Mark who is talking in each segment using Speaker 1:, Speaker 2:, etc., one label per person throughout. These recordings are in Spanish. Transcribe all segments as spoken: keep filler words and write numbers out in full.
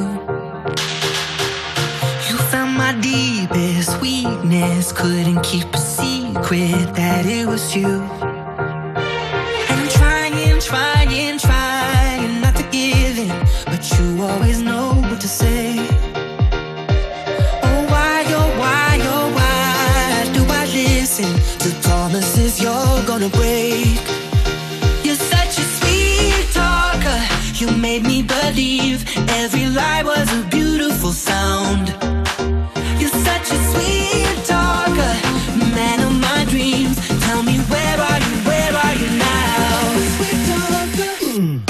Speaker 1: You found my deepest weakness, couldn't keep a secret that it was you. And I'm trying, trying, trying not to give in, but you always know what to say. Oh why, oh why, oh why do I listen to promises you're gonna break? You're such a sweet talker, you made me believe every lie was a beautiful sound. You're such a sweet talker, man of my dreams. Tell me where are you, where are you now? Sweet talker. Mm.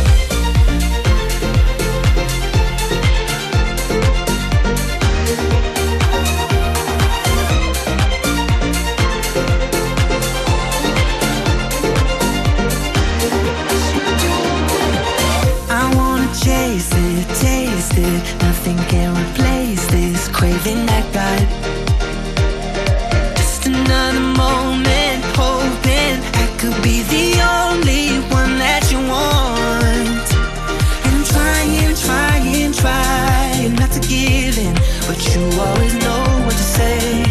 Speaker 1: Chase it, taste it, nothing can replace this craving I got. Just another moment, hoping I could be the only one that you want. And I'm trying, trying, trying not to give in, but you always know what to say.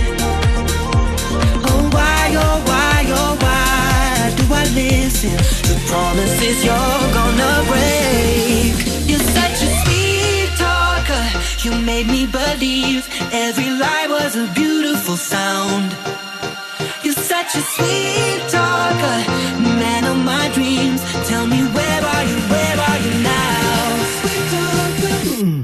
Speaker 1: Oh why, oh why, oh why do I listen to promises you're gonna break? You're such a sweet talker, you made me believe every lie was a beautiful sound. You're such a sweet talker, man of my dreams. Tell me where are you, where are you now? Sweet talker. Mm.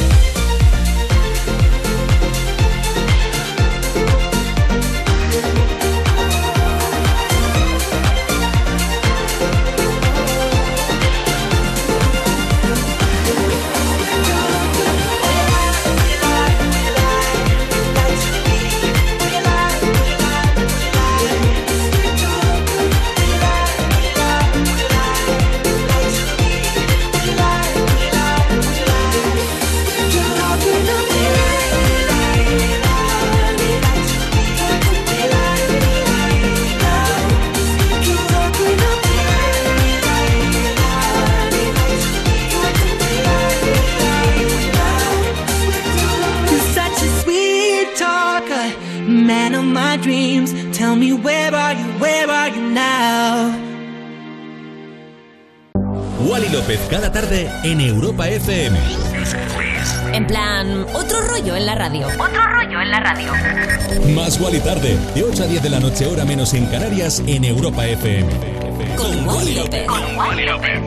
Speaker 1: Man of my dreams, tell me where are you, where are you now?
Speaker 2: Wally López cada tarde en Europa F M.
Speaker 3: En plan, otro rollo en la radio. Otro rollo en la radio.
Speaker 2: Más Wally tarde, de ocho a diez de la noche, hora menos en Canarias, en Europa F M.
Speaker 3: Con Wally López. Con Wally López.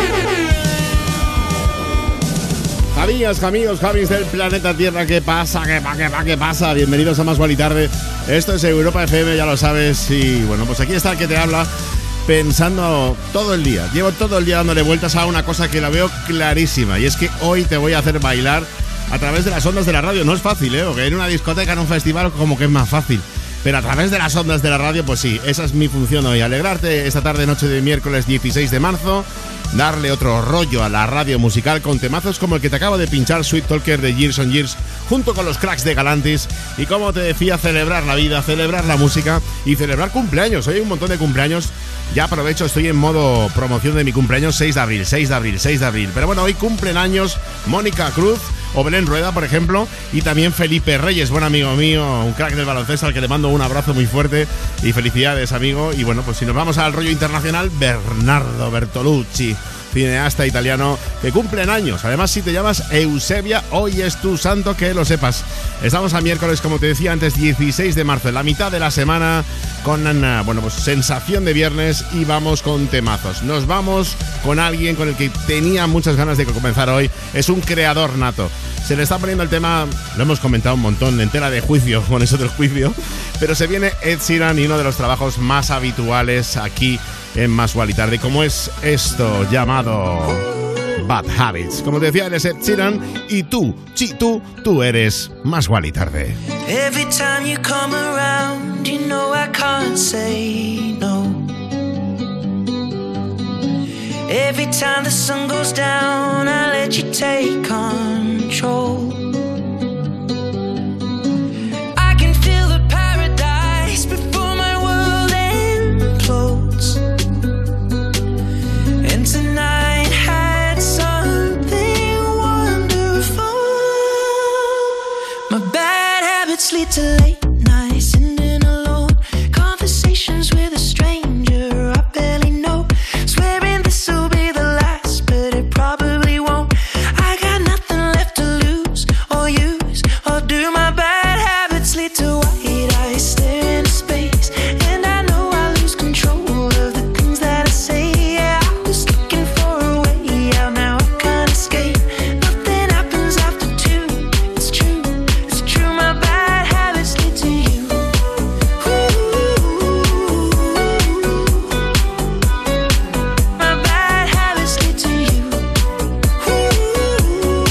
Speaker 4: Amigos, amigos, Javis del planeta Tierra, ¿qué pasa? ¿Qué pasa? ¿Qué pasa? ¿Qué pasa? Bienvenidos a Más Wally Tarde. Esto es Europa F M, ya lo sabes. Y bueno, pues aquí está el que te habla pensando todo el día. Llevo todo el día dándole vueltas a una cosa que la veo clarísima. Y es que hoy te voy a hacer bailar a través de las ondas de la radio. No es fácil, ¿eh? Porque en una discoteca, en un festival, como que es más fácil. Pero a través de las ondas de la radio, pues sí, esa es mi función hoy. Alegrarte esta tarde, noche de miércoles dieciséis de marzo. Darle otro rollo a la radio musical con temazos como el que te acabo de pinchar, Sweet Talker de Years on Years, junto con los cracks de Galantis. Y como te decía, celebrar la vida, celebrar la música y celebrar cumpleaños. Hoy hay un montón de cumpleaños. Ya aprovecho, estoy en modo promoción de mi cumpleaños, seis de abril, seis de abril, seis de abril. Pero bueno, hoy cumplen años Mónica Cruz o Belén Rueda, por ejemplo, y también Felipe Reyes, buen amigo mío, un crack del baloncesto al que le mando un abrazo muy fuerte y felicidades, amigo. Y bueno, pues si nos vamos al rollo internacional, Bernardo Bertolucci, cineasta italiano que cumplen años. Además, si te llamas Eusebia, hoy es tu santo, que lo sepas. Estamos a miércoles, como te decía antes, dieciséis de marzo, en la mitad de la semana, con bueno, pues sensación de viernes, y vamos con temazos. Nos vamos con alguien con el que tenía muchas ganas de comenzar hoy. Es un creador nato. Se le está poniendo el tema, lo hemos comentado un montón, en tela de juicio, con eso del juicio, pero se viene Ed Sheeran y uno de los trabajos más habituales aquí en Más Wally Tarde, como es esto llamado Bad Habits. Como te decía, él es Ed Sheeran y tú, chi, tú, tú eres Más Wally Tarde.
Speaker 1: Every time you come around, you know I can't say no. Every time the sun goes down, I let you take control. I can feel the paradise before my world implodes. And tonight had something wonderful. lead to late nights, sitting alone, conversations with a stranger I barely know, swearing this will be the last, but it probably won't. I got nothing left to lose or use or do. My bad habits lead to white eyes staring into space, and I know I lose control of the things that I say. Yeah, I was looking for a way out, now I can't escape. Nothing happens after two. It's true, it's true. My bad habits lead to you. Ooh. My bad habits lead to you. Ooh.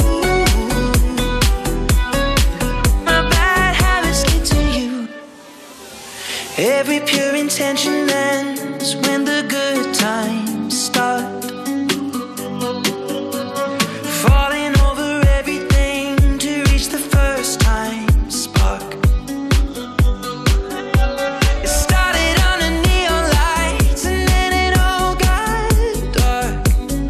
Speaker 1: My bad habits lead to you. Every pure intention ends when the good times start. Falling over everything to reach the first time spark. It started under neon lights and then it all got dark.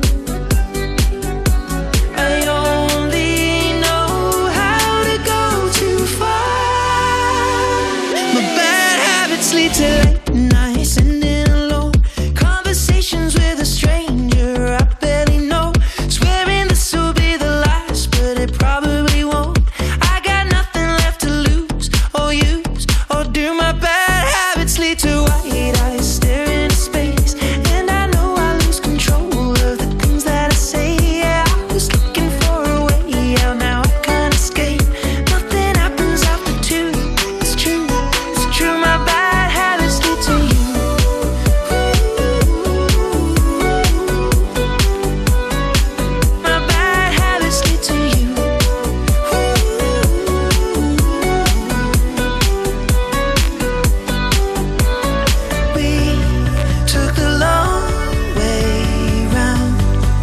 Speaker 1: I only know how to go too far. My bad habits lead to late nights, sitting alone, conversations with a stranger I barely know, swearing this will be the last, but it probably won't. I got nothing left to lose or use or do. My bad habits lead to white eyes staring into space, and I know I lose control of the things that I say. Yeah, I was looking for a way out, now I can't escape. Nothing happens after two. It's true, it's true. My bad habits lead to you. My bad habits lead to you. We took the long way round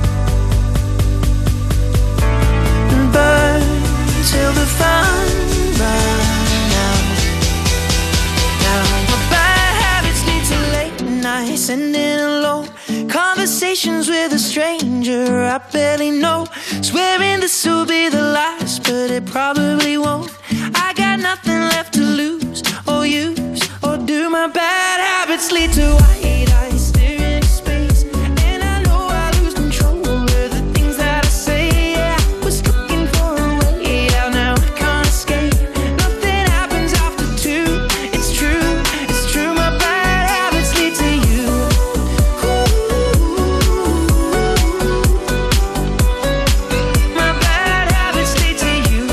Speaker 1: and burned till the fun ran out. Now my bad habits lead to late nights, sitting alone, conversations with a stranger I barely know, swearing this will be the last, but it probably won't. I got nothing left to lose or use or do. My bad habits lead to white eyes staring into space, and I know I lose control of the things that I say. Yeah, I was looking for a way out, now I can't escape. Nothing happens after two. It's true, it's true. My bad habits lead to you. My bad habits lead to you.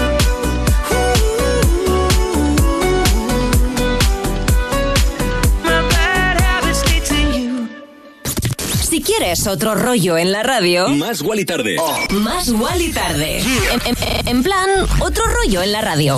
Speaker 1: My bad habits lead to you.
Speaker 3: Si quieres otro rollo en la radio,
Speaker 2: Más Wally Tarde.
Speaker 3: más Wally Tarde. En, en- en plan, otro rollo en la radio.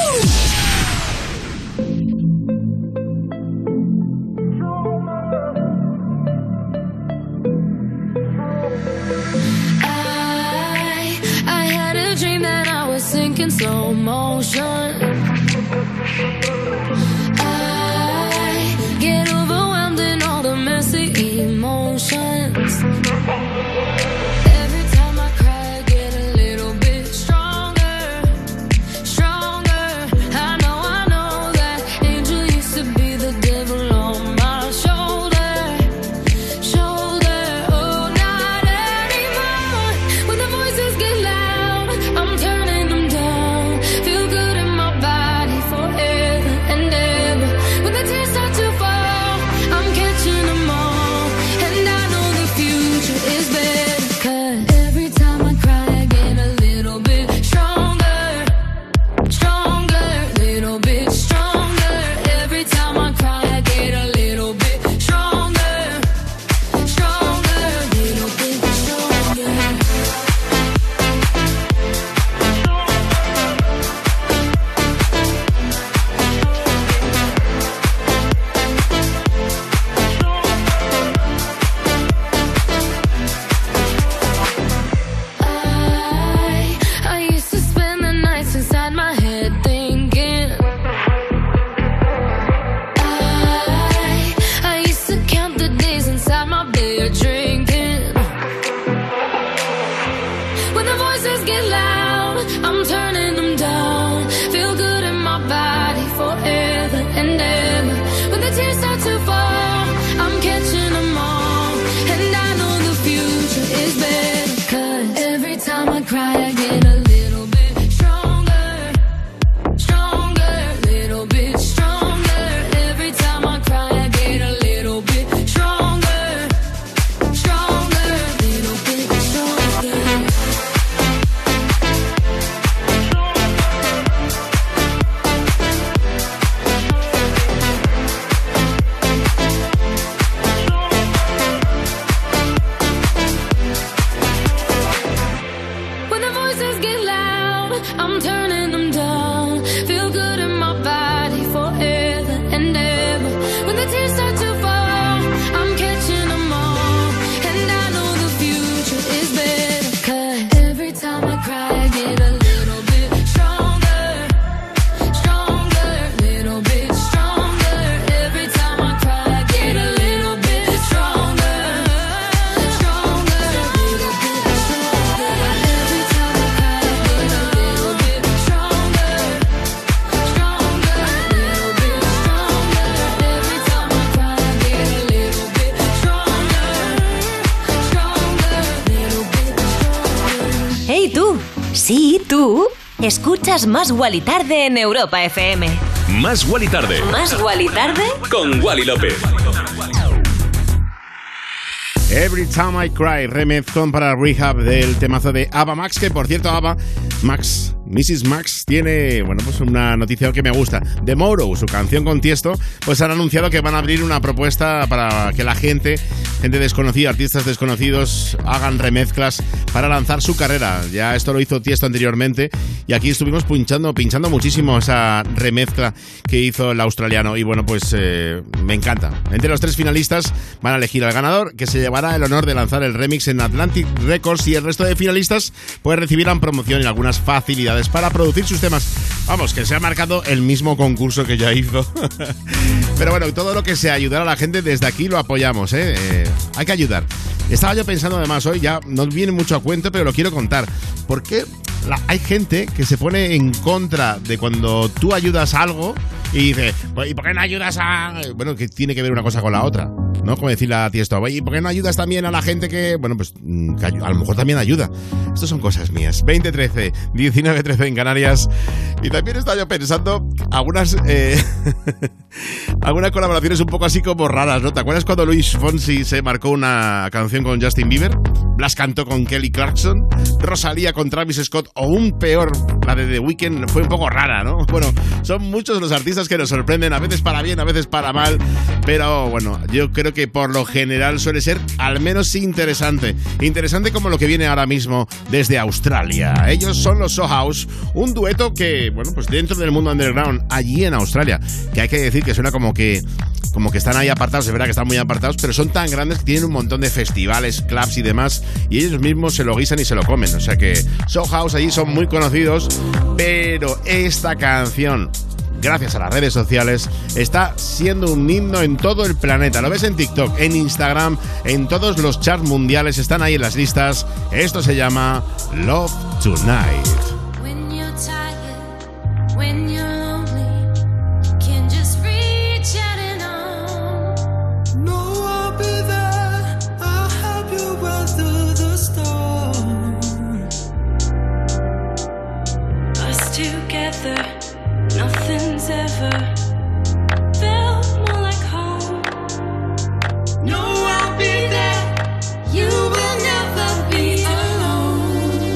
Speaker 5: I, I had a dream that I was sinking slow motion. I get overwhelmed in all the messy emotions. Every time I cry, I get a little bit stronger, stronger. I know, I know that angel used to be the devil on my shoulder, shoulder. Oh, not anymore. When the voices get loud, I'm turning them down. Feel good in my body forever and ever. When the tears start to fall, I'm catching them all. And I know the future is better. 'Cause every time I cry, I get a little bit stronger, stronger, little bit stronger. Every time I cry, I get a little bit stronger, stronger, little bit stronger. I, I used to spend the nights inside my head thinking. I, I used to count the days inside my bed drinking. When the voices get loud, I'm turning them down. Feel good in my cry, get a little bit stronger, stronger, little bit stronger. Every time I cry, I get a little bit stronger, stronger, little bit stronger. When the voices get loud, I'm turning them down. Feel good in my body forever and ever. When the tears start to fall, I'm catching them all. And I know the future is better. 'Cause every time I cry, I get a little bit stronger, stronger, little bit stronger. Every time I cry, I get a little bit stronger, stronger, little bit stronger. Every time I cry, I get a little bit stronger, stronger, little bit stronger. Every time I cry, I get a little bit stronger, stronger, little bit stronger.
Speaker 3: ¡Hey tú! Sí, tú. Escuchas Más Guali Tarde en Europa F M.
Speaker 2: Más Guali Tarde.
Speaker 3: ¿Más Guali Tarde?
Speaker 2: Con Wally López.
Speaker 4: Every Time I Cry, remezclón para Rehab del temazo de Ava Max, que por cierto Ava Max, missus Max, tiene, bueno, pues una noticia que me gusta. The Moro, su canción con Tiesto, pues han anunciado que van a abrir una propuesta para que la gente, gente desconocida, artistas desconocidos, hagan remezclas para lanzar su carrera. Ya esto lo hizo Tiesto anteriormente y aquí estuvimos pinchando, pinchando muchísimo esa remezcla que hizo el australiano y bueno, pues eh, me encanta. Entre los tres finalistas van a elegir al ganador, que se llevará el honor de lanzar el remix en Atlantic Records, y el resto de finalistas pues recibirán promoción y algunas facilidades para producir sus temas. Vamos, que se ha marcado el mismo concurso que ya hizo. Pero bueno, todo lo que sea ayudar a la gente, desde aquí lo apoyamos, ¿eh? Eh, hay que ayudar. Estaba yo pensando además hoy, ya no viene mucho a cuento, pero lo quiero contar. ¿Por qué la, hay gente que se pone en contra de cuando tú ayudas a algo y dice, ¿y por qué no ayudas a...? Bueno, que tiene que ver una cosa con la otra, ¿no? Como decirle a Tiesto, ¿y por qué no ayudas también a la gente que...? Bueno, pues que a lo mejor también ayuda. Estas son cosas mías. veinte trece, diecinueve trece en Canarias. Y también estaba yo pensando algunas... Eh, algunas colaboraciones un poco así como raras, ¿no? ¿Te acuerdas cuando Luis Fonsi se marcó una canción con Justin Bieber? Blas cantó con Kelly Clarkson, Rosalía con Travis Scott, o un peor, la de The Weeknd, fue un poco rara, ¿no? Bueno, son muchos los artistas que nos sorprenden, a veces para bien, a veces para mal, pero bueno, yo creo que por lo general suele ser al menos interesante. Interesante como lo que viene ahora mismo desde Australia. Ellos son los So House, un dueto que, bueno, pues dentro del mundo underground, allí en Australia, que hay que decir que suena como que como que están ahí apartados, es verdad que están muy apartados, pero son tan grandes que tienen un montón de festivales, clubs y demás, y ellos mismos se lo guisan y se lo comen. O sea que So House allí son muy conocidos, pero esta canción, gracias a las redes sociales, está siendo un himno en todo el planeta. Lo ves en TikTok, en Instagram, en todos los charts mundiales, están ahí en las listas. Esto se llama Love Tonight.
Speaker 5: When you're tired, when you're lonely, you can just reach out and on.
Speaker 1: No, I'll be there. I'll help you weather the storm. Us together, nothing's ever felt more like home. No, I'll be there. You will never be alone.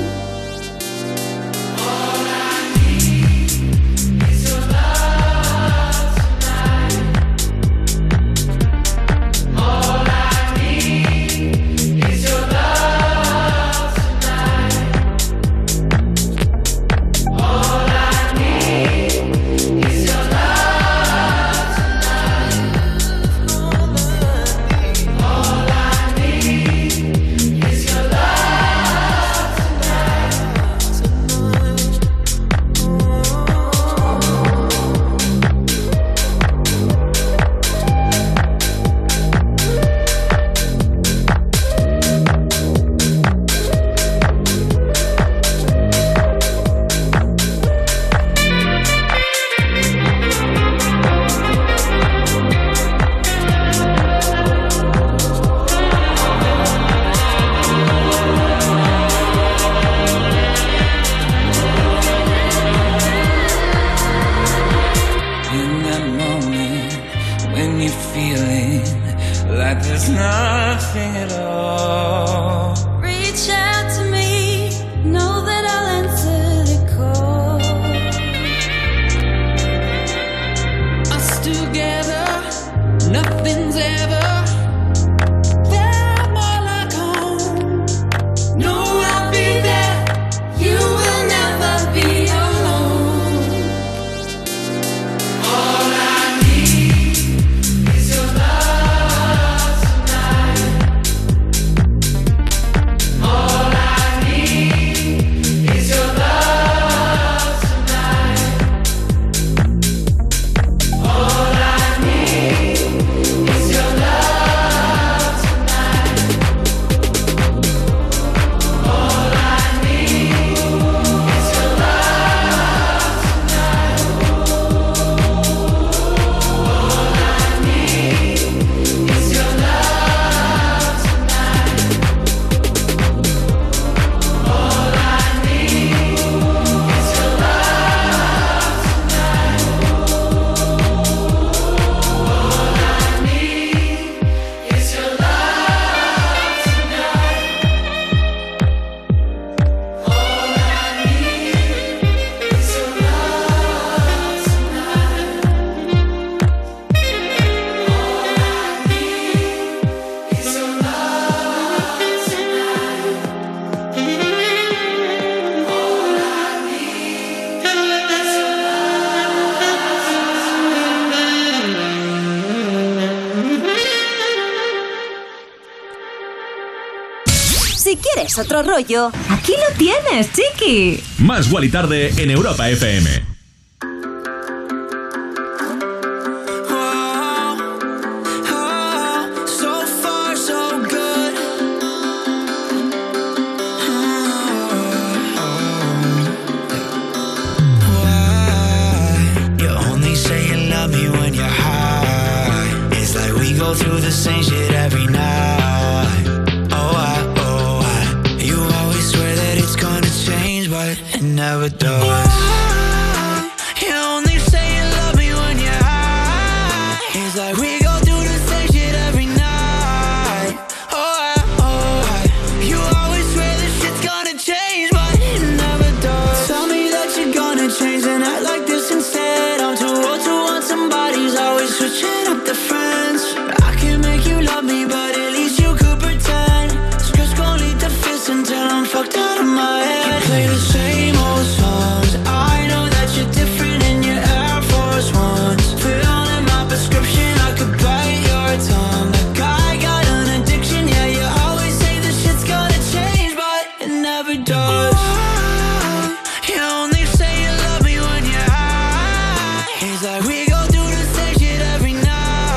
Speaker 1: All I need is your love tonight. All I need is your love tonight. All I need is your love.
Speaker 3: ¿Quieres otro rollo? Aquí lo tienes, chiqui.
Speaker 2: Más Guali Tarde en Europa F M.
Speaker 6: Through the same shit every night. Oh, I, oh, I. You always swear that it's gonna change, but it never does. Why? You only say you love me when you're high. It's like we go through the same shit every night. Oh, I, oh, I. You always swear this shit's gonna change, but it never does. Tell me that you're gonna change and act like this instead. I'm too old to want somebody's always switching up the friends. You love me, but at least you could pretend. Just gonna lead the fist until I'm fucked out of my head. You play the same old songs. I know that you're different in your Air Force Ones. Fill in my prescription, I could bite your tongue. Like I got an addiction, yeah, you always say this shit's gonna change, but it never does. You only say you love me when you're high. It's like we go through the same shit every night.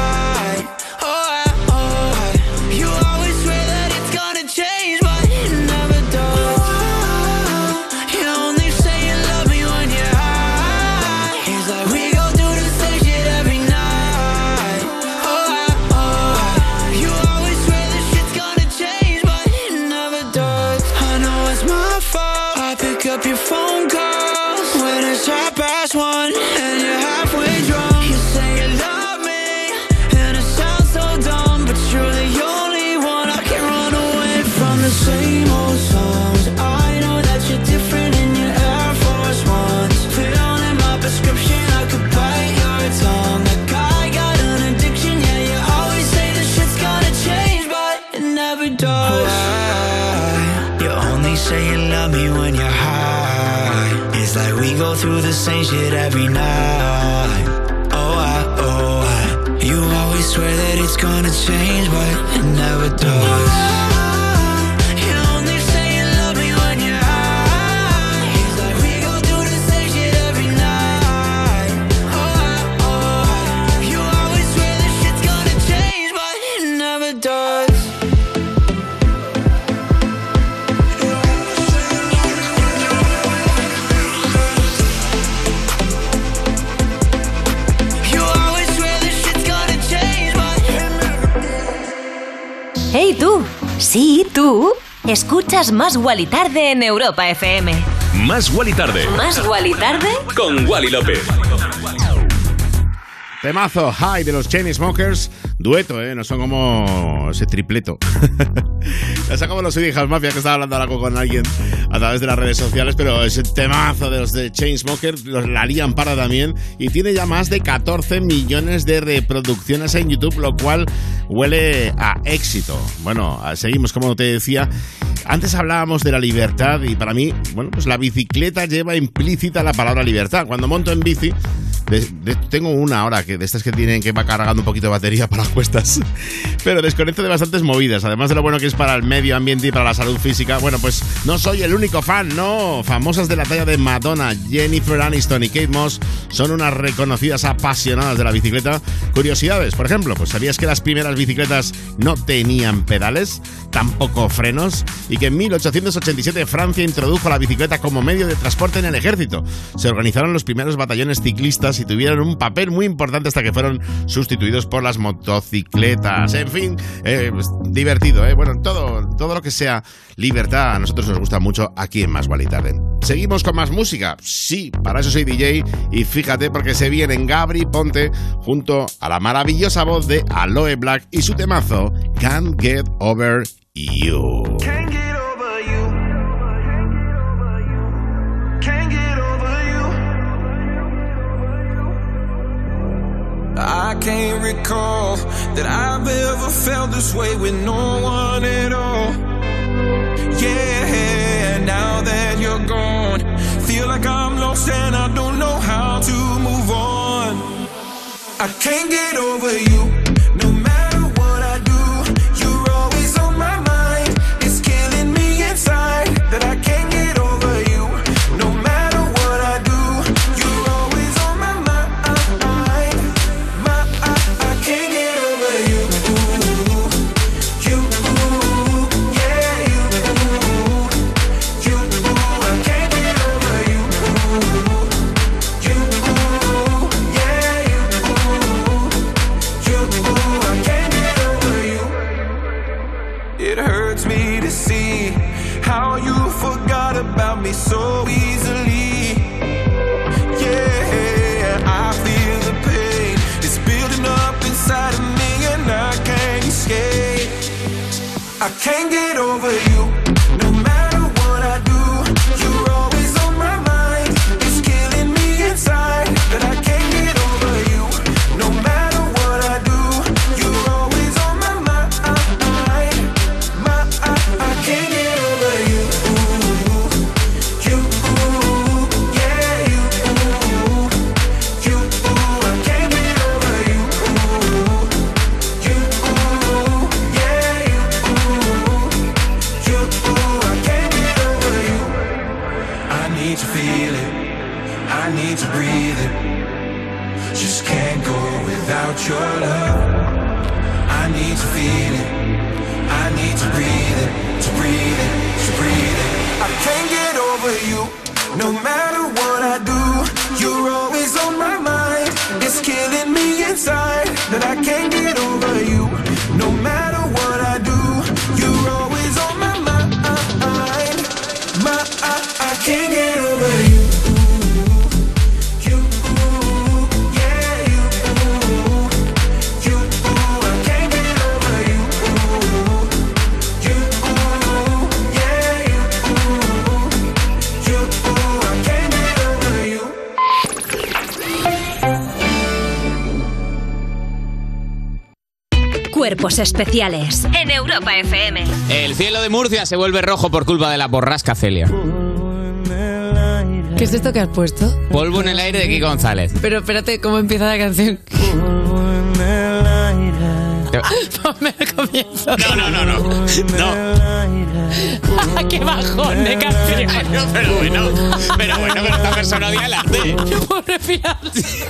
Speaker 6: Up your phone calls when it's half past one and you're halfway drunk. You say you love me and it sounds so dumb, but you're the only one I can run away from. The same old songs. I know that you're different in your Air Force Ones. Fill in my prescription, I could bite your tongue. Like I got an addiction, yeah, you always say this shit's gonna change, but it never does. Why? You only say you love me when you're high. It's like we go through the same shit every night. Oh, I, oh, I. You always swear that it's gonna change, but it never does.
Speaker 3: Hey tú, sí tú, escuchas Más Guali Tarde en Europa F M.
Speaker 2: Más Guali Tarde.
Speaker 3: Más Guali Tarde
Speaker 2: con Wally López.
Speaker 4: Temazo High de los Chainsmokers. Dueto, ¿eh? No son como ese tripleto. Ya sé como los hijas mafia que estaba hablando ahora con alguien a través de las redes sociales, pero ese temazo de los de Chainsmokers los la lían para también y tiene ya más de catorce millones de reproducciones en YouTube, lo cual huele a éxito. Bueno, seguimos, como te decía. Antes hablábamos de la libertad y para mí, bueno, pues la bicicleta lleva implícita la palabra libertad. Cuando monto en bici, de, de, tengo una hora que de estas que tienen que va cargando un poquito de batería para las cuestas, pero desconecto de bastantes movidas, además de lo bueno que es para el medio ambiente y para la salud física. Bueno, pues no soy el único fan, no. Famosas de la talla de Madonna, Jennifer Aniston y Kate Moss son unas reconocidas apasionadas de la bicicleta. Curiosidades, por ejemplo, pues ¿sabías que las primeras bicicletas no tenían pedales, tampoco frenos, y que en mil ochocientos ochenta y siete Francia introdujo la bicicleta como medio de transporte en el ejército? Se organizaron los primeros batallones ciclistas y tuvieron un papel muy importante hasta que fueron sustituidos por las motocicletas. En fin, eh, pues, divertido, ¿eh? Bueno, todo, todo lo que sea libertad a nosotros nos gusta mucho aquí en Más Guali Tarde. ¿Seguimos con más música? Sí, para eso soy D J y fíjate porque se vienen Gabri Ponte junto a la maravillosa voz de Aloe Black y su temazo Can't Get Over You.
Speaker 7: Can't get over you. Can't get over you. I can't recall that I've ever felt this way with no one at all. Yeah, now that you're gone, feel like I'm lost and I don't know how to move on. I can't get over you. No matter what I do, you're always on my mind. It's killing me inside. feel it. I need to breathe it. Just can't go without your love. I need to feel it. I need to breathe it, to breathe it, to breathe it. I can't get over you. No matter what I do, you're always on my mind. It's killing me inside that I can't get over you. No matter what I do, you're always on my mind. My, I, I can't get over you.
Speaker 3: Cuerpos especiales en Europa F M.
Speaker 8: El cielo de Murcia se vuelve rojo por culpa de la borrasca Celia.
Speaker 9: ¿Qué es esto que has puesto?
Speaker 8: Polvo en el aire de Kiko González.
Speaker 9: Pero espérate, ¿cómo empieza la canción? Ponme el comienzo.
Speaker 8: No, no, no, no. No.
Speaker 9: ¡Qué bajón de canción!
Speaker 8: Ay, no, pero bueno, pero bueno, pero esta persona odia el arte.
Speaker 9: No puedo respirar.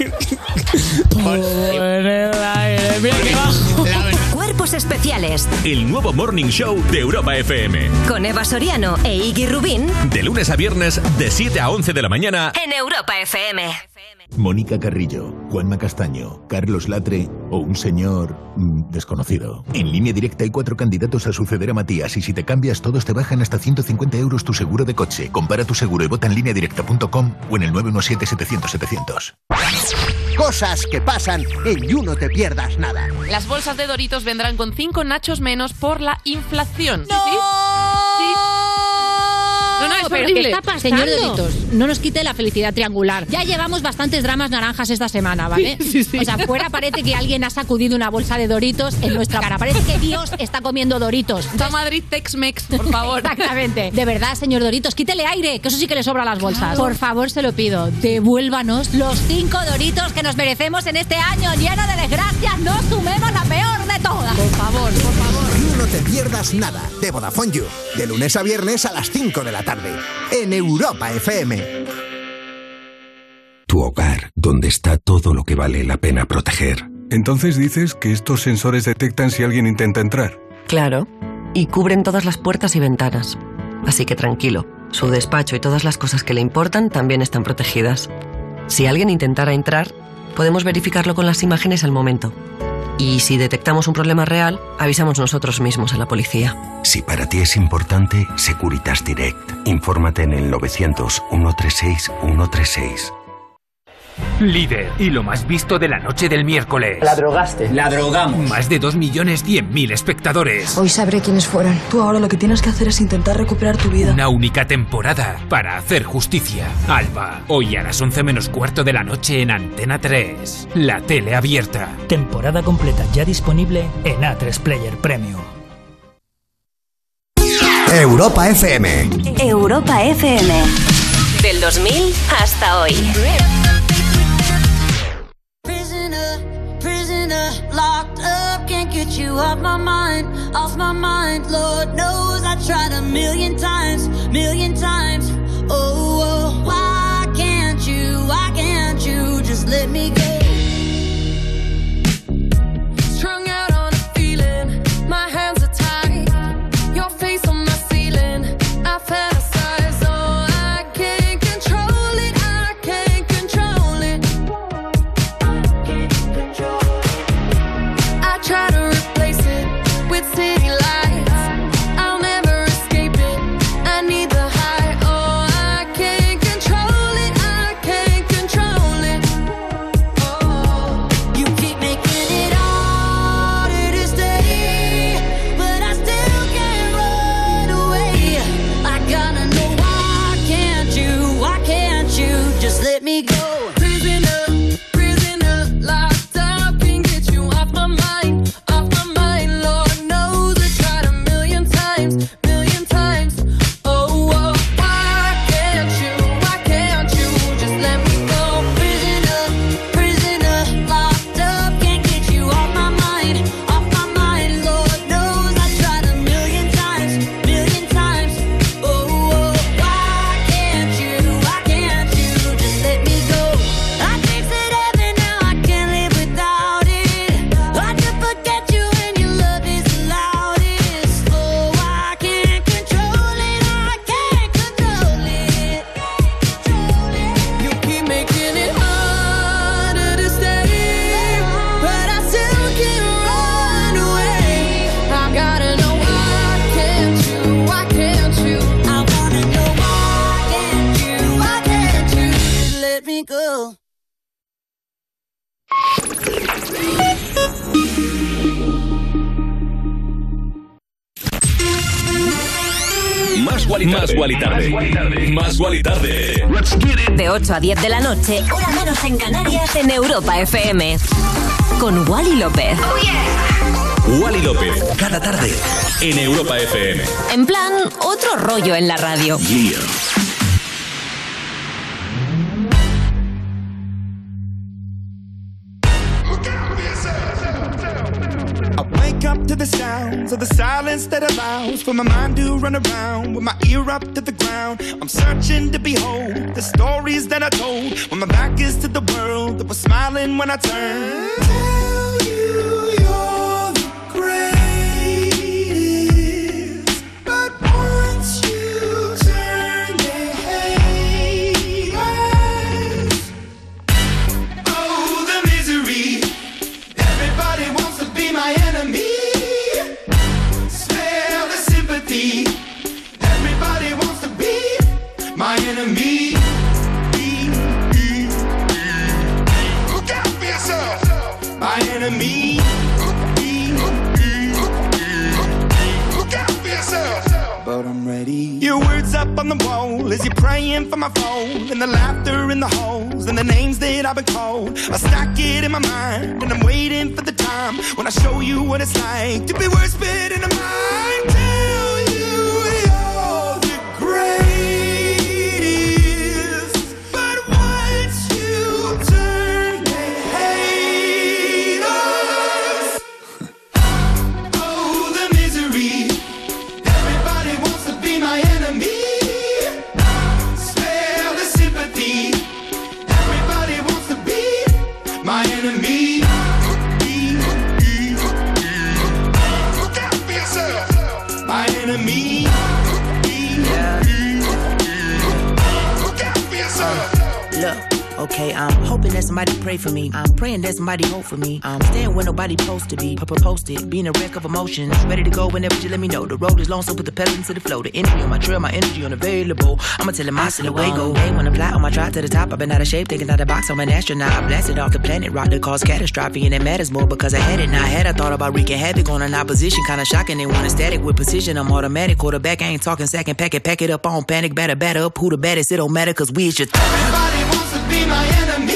Speaker 9: Polvo en el aire. Mira qué bajo.
Speaker 3: Cuerpos especiales.
Speaker 2: El nuevo Morning Show de Europa F M.
Speaker 3: Con Eva Soriano e Iggy Rubín.
Speaker 2: De lunes a viernes, de siete a once de la mañana.
Speaker 3: En Europa F M.
Speaker 10: Mónica Carrillo, Juanma Castaño, Carlos Latre o un señor mmm, desconocido. En Línea Directa hay cuatro candidatos a suceder a Matías y si te cambias todos te bajan hasta ciento cincuenta euros tu seguro de coche. Compara tu seguro y vota en línea directa punto com o en el nueve uno siete setecientos setecientos.
Speaker 11: Cosas que pasan en You No Te Pierdas Nada.
Speaker 12: Las bolsas de Doritos vendrán con cinco nachos menos por la inflación.
Speaker 13: ¡No!
Speaker 12: ¿Sí? ¿Sí? No, no, es
Speaker 13: ¿Pero
Speaker 12: horrible.
Speaker 13: qué está pasando? Señor Doritos, no nos quite la felicidad triangular. Ya llevamos bastantes dramas naranjas esta semana, ¿vale?
Speaker 12: Sí, sí.
Speaker 13: O sea, fuera parece que alguien ha sacudido una bolsa de Doritos en nuestra cara. Parece que Dios está comiendo Doritos.
Speaker 12: Está Madrid Tex-Mex, por favor.
Speaker 13: Exactamente. De verdad, señor Doritos, quítele aire, que eso sí que le sobra a las bolsas. Por favor, se lo pido. Devuélvanos los cinco Doritos que nos merecemos en este año lleno de desgracias. No sumemos la peor de todas.
Speaker 12: Por favor, por favor.
Speaker 11: You No Te Pierdas Nada, de Vodafone You. De lunes a viernes a las cinco de la tarde. En Europa F M.
Speaker 14: Tu hogar, donde está todo lo que vale la pena proteger.
Speaker 15: Entonces dices que estos sensores detectan si alguien intenta entrar.
Speaker 16: Claro, y cubren todas las puertas y ventanas. Así que tranquilo, su despacho y todas las cosas que le importan también están protegidas. Si alguien intentara entrar, podemos verificarlo con las imágenes al momento. Y si detectamos un problema real, avisamos nosotros mismos a la policía.
Speaker 14: Si para ti es importante, Securitas Direct. Infórmate en el novecientos, ciento treinta y seis, ciento treinta y seis.
Speaker 17: Líder y lo más visto de la noche del miércoles.
Speaker 18: La drogaste. La drogamos.
Speaker 17: Más de dos millones cien mil espectadores.
Speaker 19: Hoy sabré quiénes fueron. Tú ahora lo que tienes que hacer es intentar recuperar tu vida.
Speaker 17: Una única temporada para hacer justicia. Alba, hoy a las once menos cuarto de la noche en Antena tres. La tele abierta.
Speaker 20: Temporada completa ya disponible en A tres Player Premium.
Speaker 11: Europa F M.
Speaker 3: Europa F M. Del dos mil hasta hoy.
Speaker 21: Locked up, can't get you off my mind, off my mind. Lord knows I tried a million times, million times. Oh, oh, why can't you, why can't you just let me go? Strung out on a feeling, my hands are tied. Your face on my ceiling, I fantasize. Oh, I can't control it, I can't control it. I can't control it. I try to replace it with city lights. I'll never escape it. I need the high. Oh, I can't control it. I can't control it. Oh, you keep making it harder to stay, but I still can't run away. I gotta know why can't you? Why can't you just let me go? Prisoner, prisoner, locked up, can't get you off my mind. Off my mind, Lord knows I tried a million times, million times. Oh, oh, why can't you, why can't you just let me go? Prisoner, prisoner, locked up, can't get you off my mind, off my mind. Lord knows I tried a million times, million times. Oh, oh, why can't you, why can't
Speaker 1: twinkle.
Speaker 2: Más Guali Tarde. Más Guali Tarde. Más Guali Tarde.
Speaker 3: De ocho a diez de la noche, hora menos en Canarias, en Europa F M. Con Wally López. Oh, yeah.
Speaker 2: Wally López, cada tarde, en Europa F M.
Speaker 3: En plan, otro rollo en la radio.
Speaker 2: Yeah.
Speaker 5: Up to the sounds of the silence that allows for my mind to run around with my ear up to the ground. I'm searching to behold the stories that I told when my back is to the world that was smiling when I turned. Tell you you're the greatest, but once you turn, they hate us. Oh, the misery. Everybody wants to be my enemy. Everybody wants to be my enemy. Look out for yourself. My enemy. Look out for yourself. But I'm ready. Your words up on the wall as you're praying for my phone, and the laughter in the halls and the names that I've been called. I stack it in my mind and I'm waiting for the time when I show you what it's like to be worse fit in a mind.
Speaker 22: Okay, I'm hoping that somebody pray for me. I'm praying that somebody hope for me. I'm staying where nobody supposed to be. Posted, being a wreck of emotions. Ready to go whenever you let me know. The road is long, so put the pedal into the flow. The energy on my trail, my energy unavailable. I'ma tell him I still away go. Hey, when I fly on my drive to the top, I've been out of shape, thinking out the box. I'm an astronaut. I blasted off the planet, rock that caused catastrophe, and it matters more because I had it. Now I had I thought about wreaking havoc on an opposition, kinda shocking. They want a static with precision. I'm automatic, quarterback. I ain't talking second, pack it, pack it up on panic, batter, batter up. Who the baddest? It don't matter, cause we is just.
Speaker 5: Everybody wants to be my enemy.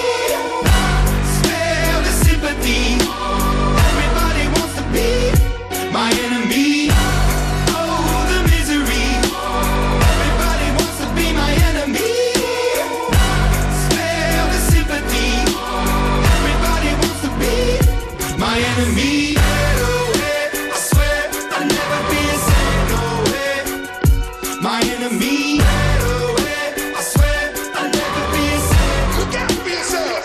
Speaker 5: My enemy, oh the misery. Everybody wants to be my enemy. Spare the sympathy. Everybody wants to be my enemy. I swear I'll never be the same, no way. My enemy. I swear I'll never be the same. Look out for yourself.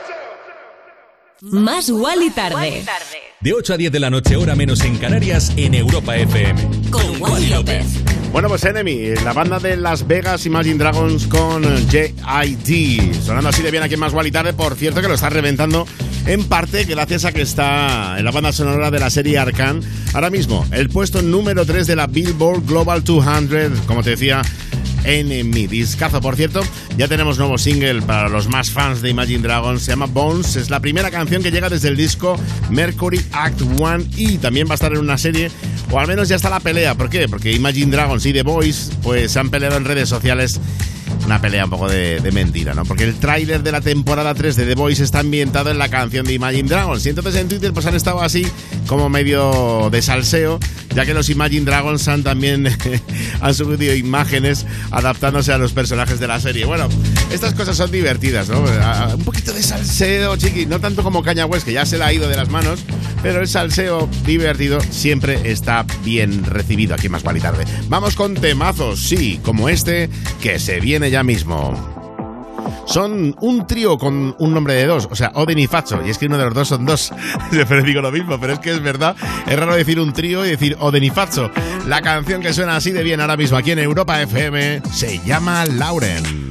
Speaker 3: Más Wally Tarde.
Speaker 2: De ocho a diez de la noche, hora menos en Canarias, en Europa F M.
Speaker 3: Con Wally López.
Speaker 4: Bueno, pues Enemy, la banda de Las Vegas, Imagine Dragons con J I D. Sonando así de bien aquí en Más Wally Tarde. Por cierto, que lo está reventando en parte gracias a que está en la banda sonora de la serie Arcane. Ahora mismo, el puesto número tres de la Billboard Global doscientos, como te decía, Enemy. Discazo, por cierto. Ya tenemos nuevo single para los más fans de Imagine Dragons. Se llama Bones. Es la primera canción que llega desde el disco Mercury Act uno. Y también va a estar en una serie, o al menos ya está la pelea. ¿Por qué? Porque Imagine Dragons y The Voice pues se han peleado en redes sociales. Una pelea un poco de, de mentira, ¿no? Porque el tráiler de la temporada tres de The Voice está ambientado en la canción de Imagine Dragons. Y entonces en Twitter pues han estado así como medio de salseo, ya que los Imagine Dragons han también han subido imágenes adaptándose a los personajes de la serie. Bueno, estas cosas son divertidas, ¿no? Un poquito de salseo, chiqui, no tanto como Kanye West, que ya se le ha ido de las manos, pero el salseo divertido siempre está bien recibido aquí en Más Wally Tarde. Vamos con temazos, sí, como este, que se viene ya mismo. Son un trío con un nombre de dos, o sea, Oden y Fatso, y es que uno de los dos son dos. Siempre digo lo mismo, pero es que es verdad. Es raro decir un trío y decir Oden y Fatso. La canción que suena así de bien ahora mismo aquí en Europa F M se llama Lauren.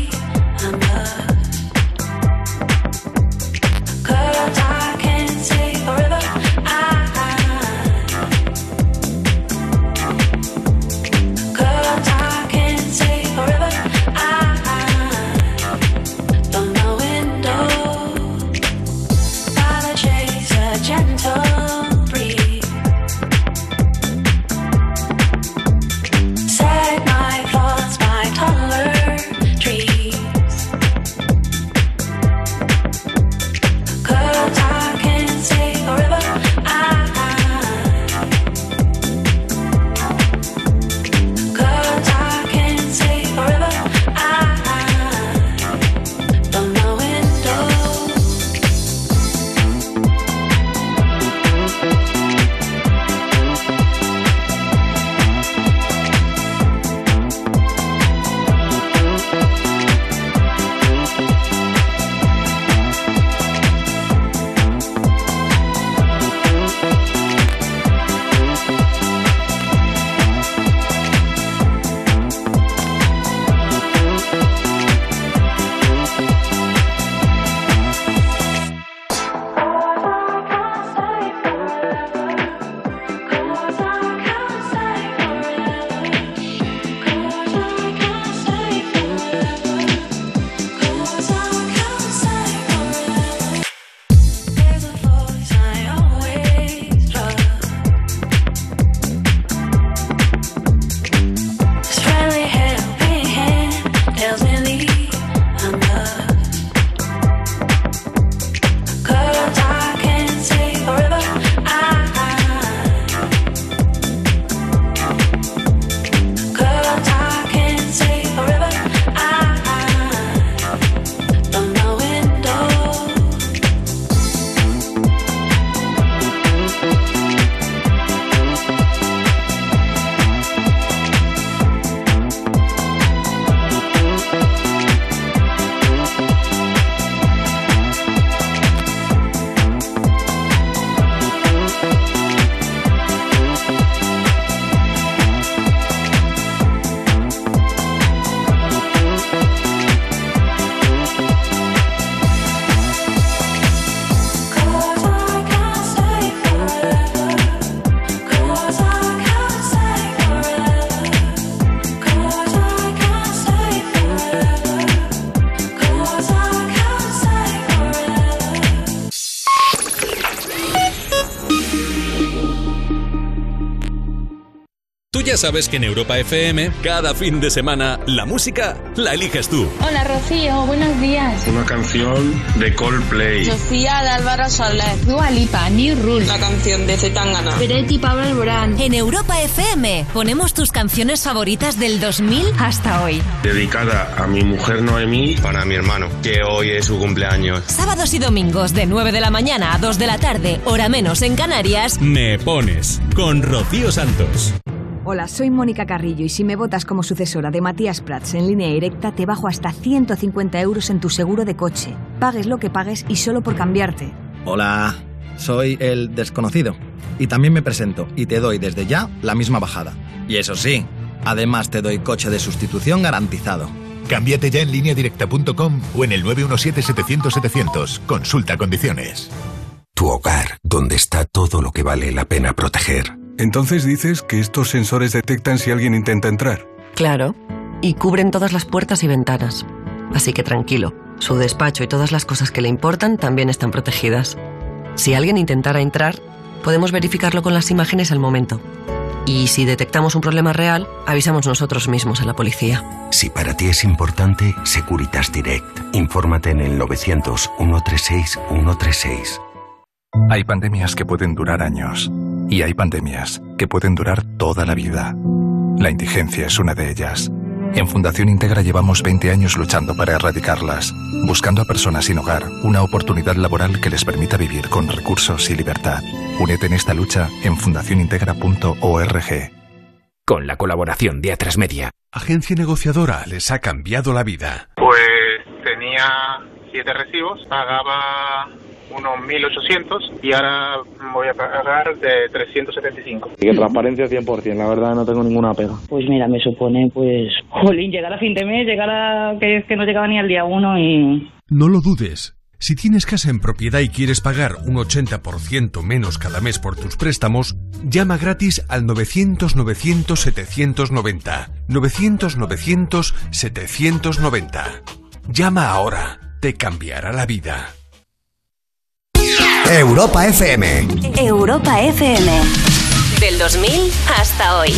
Speaker 21: Take gentle breeze. Set my thoughts by taller trees. 'Cause I can stay forever. I, Cause I can stay forever. I, from the window.
Speaker 2: Ya sabes que en Europa F M, cada fin de semana, la música la eliges tú.
Speaker 6: Hola Rocío, buenos días.
Speaker 7: Una canción de Coldplay.
Speaker 6: Sofía de Álvaro Soler. Dua Lipa, New Rule.
Speaker 7: La canción de Zetangana.
Speaker 6: Peretti, Pablo Alborán.
Speaker 3: En Europa F M ponemos tus canciones favoritas del dos mil hasta hoy.
Speaker 7: Dedicada a mi mujer Noemí.
Speaker 23: Para mi hermano, que hoy es su cumpleaños.
Speaker 3: Sábados y domingos de nueve de la mañana a dos de la tarde, hora menos en Canarias.
Speaker 2: Me pones con Rocío Santos.
Speaker 24: Hola, soy Mónica Carrillo y si me votas como sucesora de Matías Prats en Línea Directa te bajo hasta ciento cincuenta euros en tu seguro de coche. Pagues lo que pagues y solo por cambiarte.
Speaker 25: Hola, soy el desconocido y también me presento y te doy desde ya la misma bajada. Y eso sí, además te doy coche de sustitución garantizado.
Speaker 10: Cámbiate ya en línea directa punto com o en el nueve uno siete setecientos setecientos. Consulta condiciones.
Speaker 14: Tu hogar, donde está todo lo que vale la pena proteger.
Speaker 15: Entonces dices que estos sensores detectan si alguien intenta entrar.
Speaker 16: Claro, y cubren todas las puertas y ventanas. Así que tranquilo, su despacho y todas las cosas que le importan también están protegidas. Si alguien intentara entrar, podemos verificarlo con las imágenes al momento. Y si detectamos un problema real, avisamos nosotros mismos a la policía.
Speaker 14: Si para ti es importante, Securitas Direct. Infórmate en el novecientos, ciento treinta y seis, ciento treinta y seis.
Speaker 15: Hay pandemias que pueden durar años. Y hay pandemias que pueden durar toda la vida. La indigencia es una de ellas. En Fundación Integra llevamos veinte años luchando para erradicarlas, buscando a personas sin hogar una oportunidad laboral que les permita vivir con recursos y libertad. Únete en esta lucha en fundación integra punto org.
Speaker 17: Con la colaboración de Atresmedia.
Speaker 26: Agencia negociadora les ha cambiado la vida.
Speaker 27: Pues tenía siete recibos, pagaba unos mil ochocientos y ahora voy a pagar de trescientos setenta y cinco.
Speaker 28: Y que transparencia cien por ciento, la verdad no tengo ninguna pega.
Speaker 29: Pues mira, me supone, pues, jolín, llegar a fin de mes, llegar a que es que no llegaba ni al día uno y...
Speaker 26: No lo dudes. Si tienes casa en propiedad y quieres pagar un ochenta por ciento menos cada mes por tus préstamos, llama gratis al novecientos, novecientos, setecientos noventa. novecientos, novecientos, setecientos noventa. Llama ahora, te cambiará la vida.
Speaker 1: Europa F M.
Speaker 3: Europa F M. Del dos mil hasta hoy.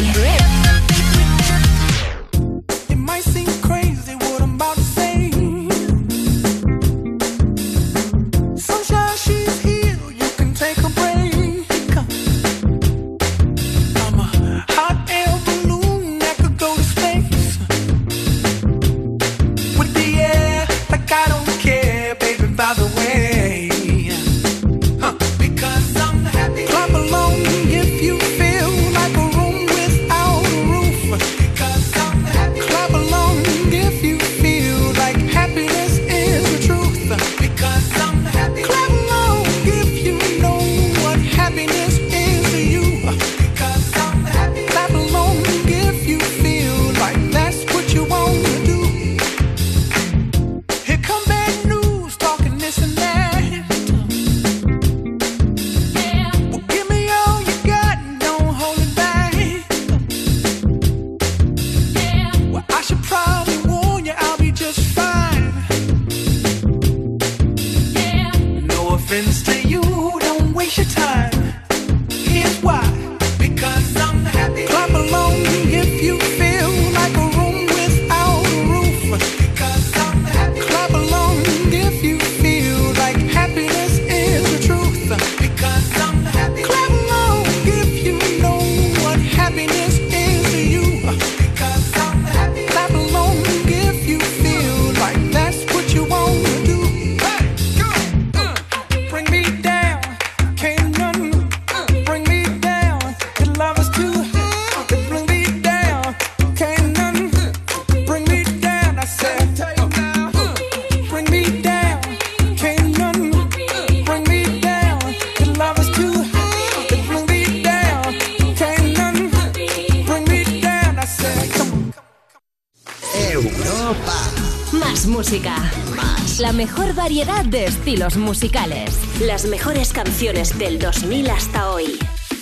Speaker 3: La mejor variedad de estilos musicales. Las mejores canciones del dos mil hasta hoy.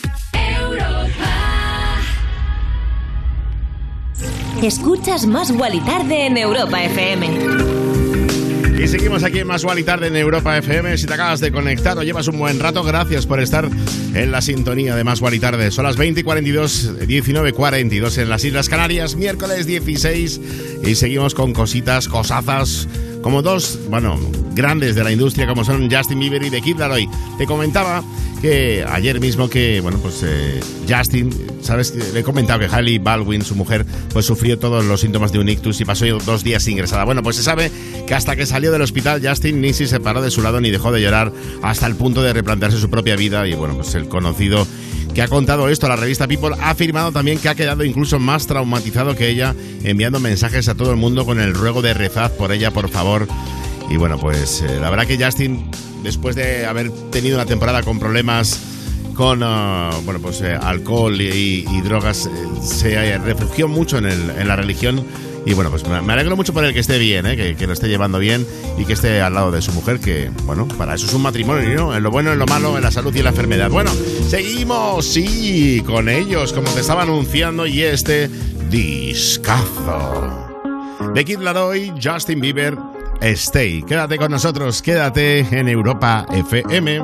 Speaker 3: Europa. Escuchas Más Guali Tarde en Europa F M.
Speaker 4: Y seguimos aquí en Más Guali Tarde en Europa F M. Si te acabas de conectar o llevas un buen rato, gracias por estar en la sintonía de Más Guali Tarde. Son las veinte y cuarenta y dos, diecinueve y cuarenta y dos en las Islas Canarias, miércoles dieciséis. Y seguimos con cositas, cosazas, como dos, bueno, grandes de la industria, como son Justin Bieber y The Kid Laroi. Te comentaba que ayer mismo que, bueno, pues eh, Justin, ¿sabes? Le he comentado que Hailey Baldwin, su mujer, pues sufrió todos los síntomas de un ictus y pasó dos días ingresada. Bueno, pues se sabe que hasta que salió del hospital, Justin ni se separó de su lado ni dejó de llorar hasta el punto de replantearse su propia vida. Y bueno, pues el conocido que ha contado esto a la revista People ha afirmado también que ha quedado incluso más traumatizado que ella, enviando mensajes a todo el mundo con el ruego de rezad por ella, por favor. Y bueno, pues eh, la verdad que Justin, después de haber tenido una temporada con problemas con uh, bueno, pues, eh, alcohol y, y drogas, eh, se eh, refugió mucho en, el, en la religión. Y bueno, pues me alegro mucho por él que esté bien, ¿eh? que, que lo esté llevando bien y que esté al lado de su mujer, que, bueno, para eso es un matrimonio, ¿no? En lo bueno, en lo malo, en la salud y en la enfermedad. Bueno, seguimos, sí, con ellos, como te estaba anunciando, y este discazo. The Kid Laroi, Justin Bieber, Stay. Quédate con nosotros, quédate en Europa F M.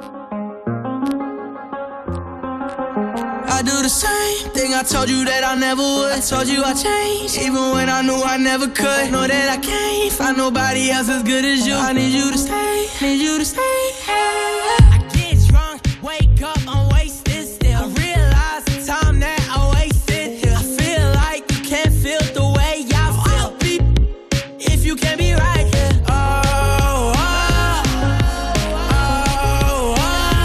Speaker 8: I do the same thing I told you that I never would. I told you I changed, even when I knew I never could. Know that I can't find nobody else as good as you. I need you to stay, need you to stay. I get drunk, wake up, I'm wasted still. I realize the time that I wasted here. I feel like you can't feel the way I feel. I'll be if you can't be right here. Oh, oh, oh,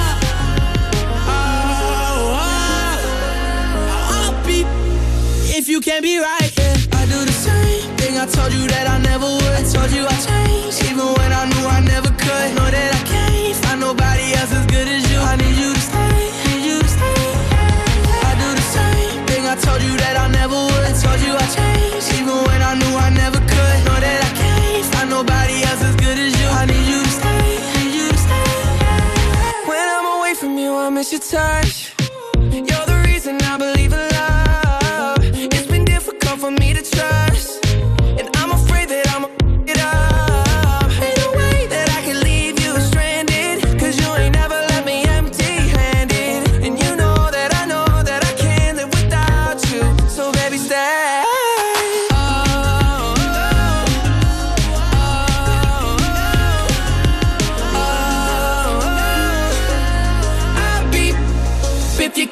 Speaker 8: oh, oh. I'll be if you can't be right here. I do the same thing I told you that I never would. I told you I changed, even when I knew I never could. Know that I can't find nobody else as good as you. I need you to stay, need you to stay. I do the same thing I told you that I never would. I told you I changed, even when I knew I never could. Know that I can't find nobody else as good as you. I need you to stay, need you to stay. When I'm away from you, I miss your touch. You're the reason I believe in love. It's been difficult for me to trust, and I'm afraid that I'm it up. Ain't no way that I can leave you stranded, 'cause you ain't never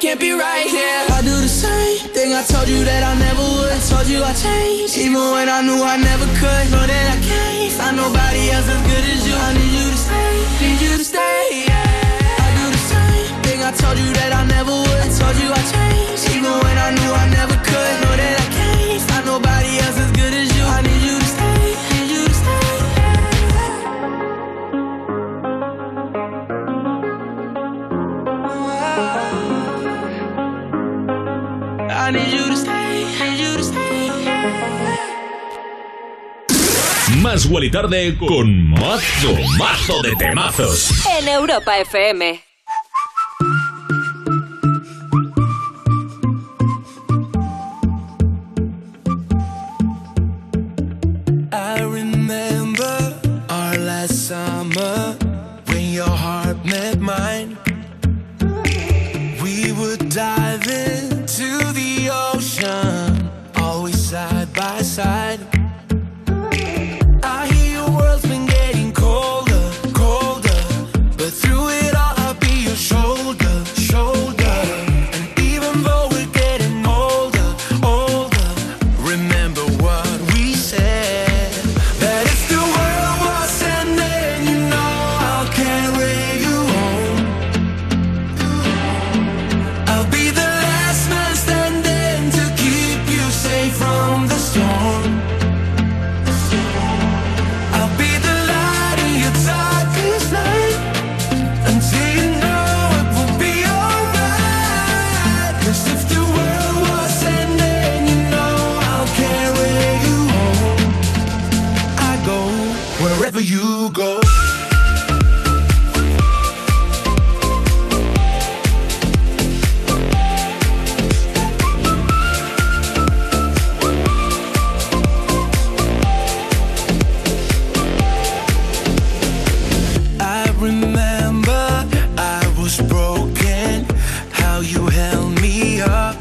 Speaker 8: can't be right here. I do the same thing I told you that I never would. I told you I changed, even when I knew I never could. Know that I can't find nobody else as good as you. I need you to stay, need you to stay, yeah. I do the same thing I told you that I never would. I told you I changed, even when I knew I never could. Know that I can't find nobody else as good as you. I need you to stay, need you to stay, yeah. I need you to stay, need you to stay, yeah.
Speaker 2: Más Wally Tarde con mazo, mazo de temazos.
Speaker 3: En Europa F M.
Speaker 8: I remember our last summer when your heart met mine. We would dive into the ocean, always side by side. I hear your world's been getting colder, colder, but through it all I'll be your shoulder, shoulder. And even though we're getting older, older, remember what we said, that if the world was ending, you know I'll carry you home. I'll be the last man standing to keep you safe from the storm. I'll be the light in your darkest night, until you know it will be alright. 'Cause if the world was ending, you know I'll carry you home. I go wherever you go. I remember I was broken, how you held me up.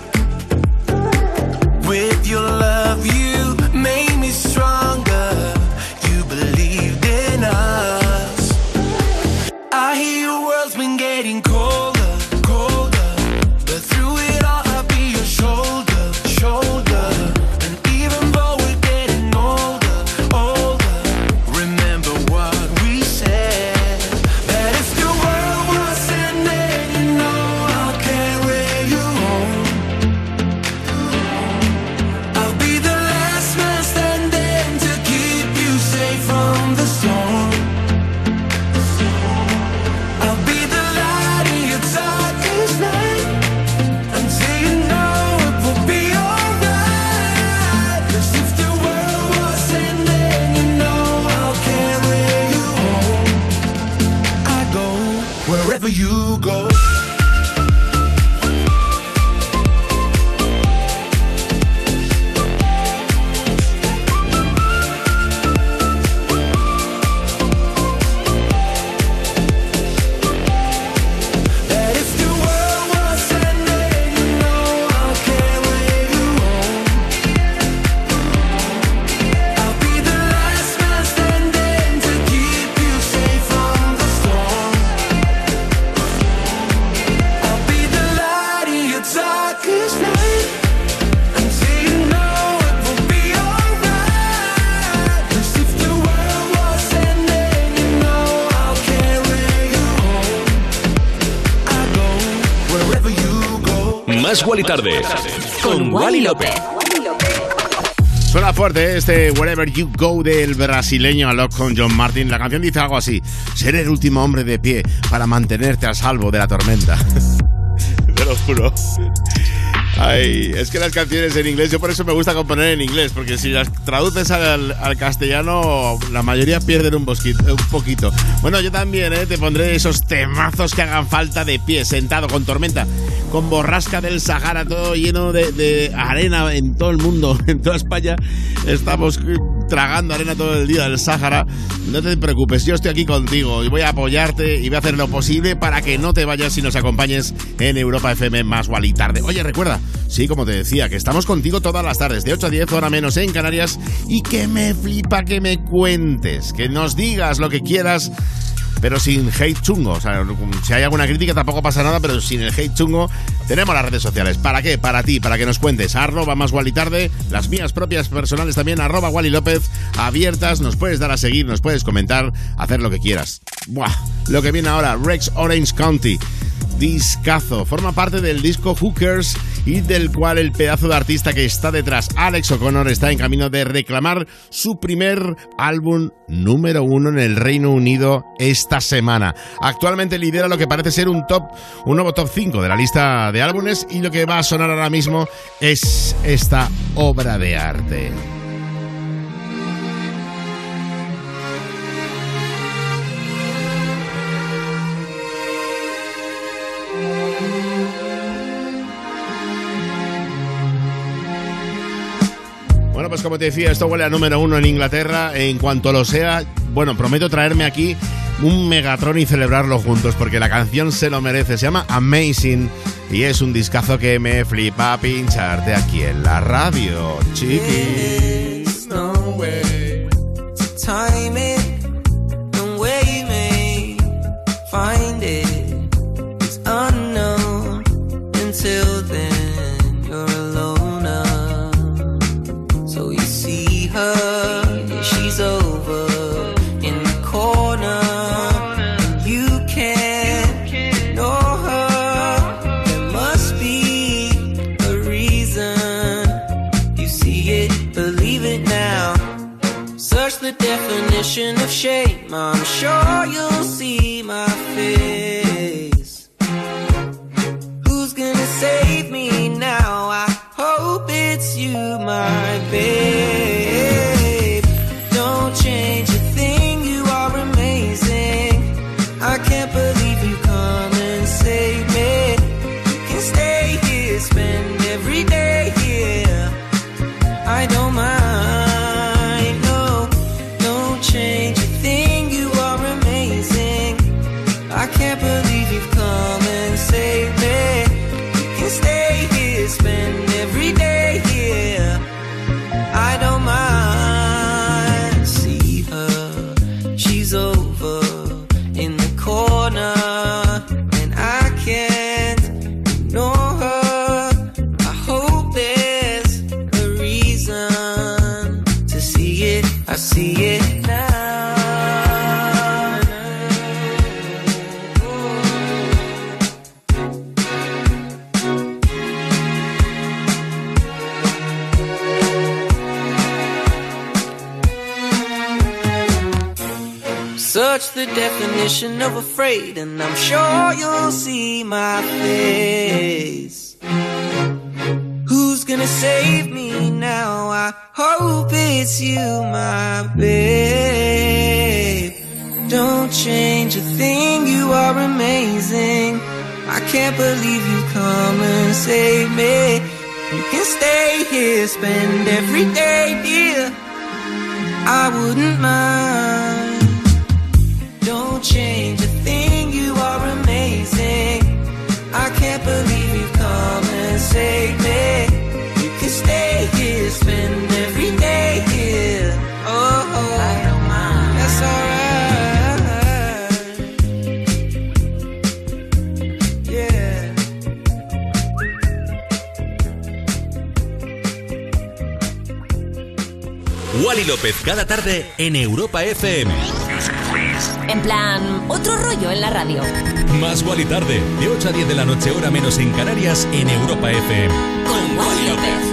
Speaker 8: With your love you made me stronger, you believed in us. I hear your world's been getting colder, colder, but through it all I'll be your shoulder, shoulder. And even though we're getting older, older, remember what we said, that if the world was ending, you know I'll carry you home. I'll be the last man standing to keep you safe from the storm. I'll be the light in your darkest night, until you know it will be alright. 'Cause if the world was ending, you know I'll carry you home. I go wherever you go. That if the world was ending, you know I'll carry you home. I'll be the last man standing to keep you safe from the storm. I'll be the light in your darkest night, until you know it will be alright. 'Cause if the world was ending, you know I'll carry you home. I go wherever you go.
Speaker 2: Más Wally Tarde con Wally López.
Speaker 4: Suena fuerte este Wherever You Go del brasileño Alok con John Martin. La canción dice algo así: seré el último hombre de pie para mantenerte a salvo de la tormenta. Te lo juro. Ay, es que las canciones en inglés, yo por eso me gusta componer en inglés, porque si las traduces al, al castellano, la mayoría pierden un, bosquito, un poquito. Bueno, yo también, ¿eh? Te pondré esos temazos que hagan falta de pie, sentado, con tormenta, con borrasca del Sahara, todo lleno de, de arena en todo el mundo, en toda España. Estamos tragando arena todo el día del Sahara. No te preocupes, yo estoy aquí contigo y voy a apoyarte y voy a hacer lo posible para que no te vayas y nos acompañes en Europa F M Más Wally Tarde. Oye, recuerda, sí, como te decía, que estamos contigo todas las tardes, de ocho a diez, hora menos en Canarias, y que me flipa que me cuentes, que nos digas lo que quieras pero sin hate chungo. O sea, si hay alguna crítica tampoco pasa nada, pero sin el hate chungo. Tenemos las redes sociales. ¿Para qué? Para ti, para que nos cuentes. Arroba Más Guali Tarde, las mías propias personales también, arroba Wally López, abiertas. Nos puedes dar a seguir, nos puedes comentar, hacer lo que quieras. Buah, lo que viene ahora, Rex Orange County. Discazo, forma parte del disco Hookers y del cual el pedazo de artista que está detrás, Alex O'Connor, está en camino de reclamar su primer álbum número uno en el Reino Unido esta semana. Actualmente lidera lo que parece ser un top, un nuevo top cinco de la lista de álbumes, y lo que va a sonar ahora mismo es esta obra de arte. Bueno, pues como te decía, esto huele a número uno en Inglaterra. En cuanto lo sea, bueno, prometo traerme aquí un Megatron y celebrarlo juntos, porque la canción se lo merece. Se llama Amazing y es un discazo que me flipa pincharte aquí en la radio, chiqui.
Speaker 8: No way to time it, no way may find it. It's unknown until then you're alone. Uh. So you see her, yeah, she's over in the corner. And you can't know her. There must be a reason. You see it, believe it now. Search the definition of shame. I'm sure you'll see my face. Who's gonna save me now? I hope it's you, my babe. Don't change a thing, you are amazing. I can't believe you come and save me. You can stay here, spend every day here. I don't mind, no. Don't change a thing, you are amazing. I can't believe you've come and saved me. You can stay here, spend every day here. I don't mind. See her, she's over in the corner, and I can't ignore her. I hope there's a reason to see it. I see it now. Search the definition of afraid, and I'm sure you'll see my face. Who's gonna save me now? I hope it's you, my babe. Don't change a thing, you are amazing. I can't believe you come and save me. You can stay here, spend every day here. I wouldn't mind. Don't change a thing, you are amazing. I can't believe you've come and saved me. You can stay here, spend every day here. Oh, oh. I don't mind. That's alright. Yeah.
Speaker 2: Wally López cada tarde en Europa F M.
Speaker 3: En plan, otro rollo en la radio.
Speaker 2: Más Wally Tarde, de ocho a diez de la noche, hora menos en Canarias, en Europa F M.
Speaker 3: Con Wally López.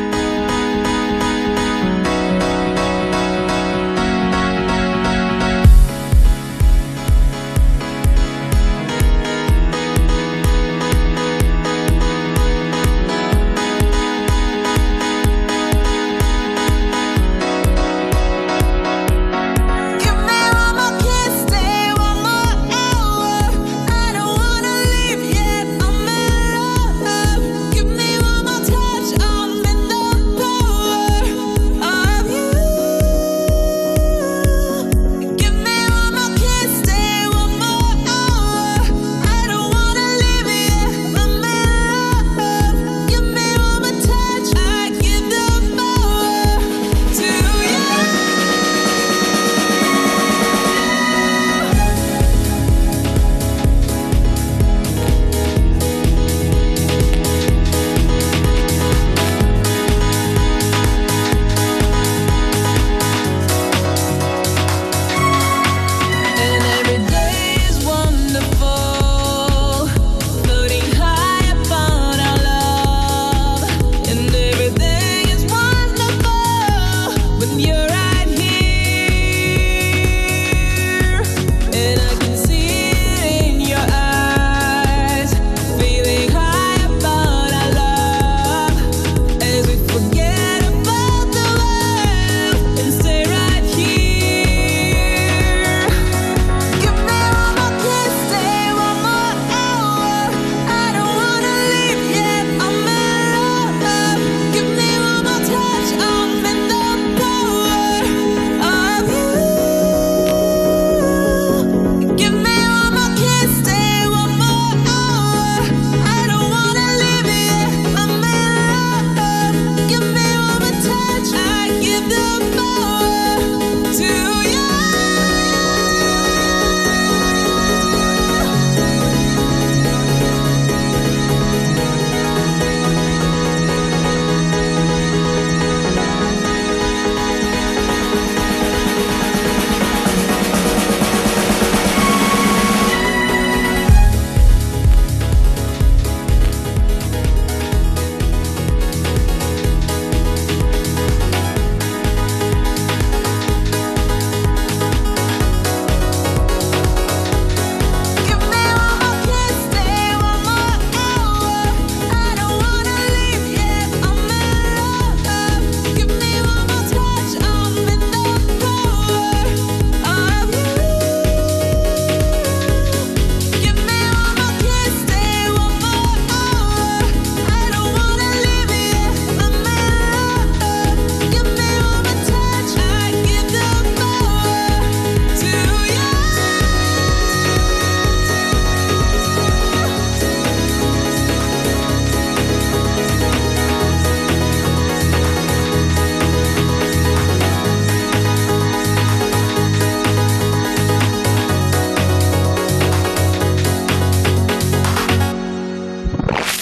Speaker 8: Give me one more touch, I'm in the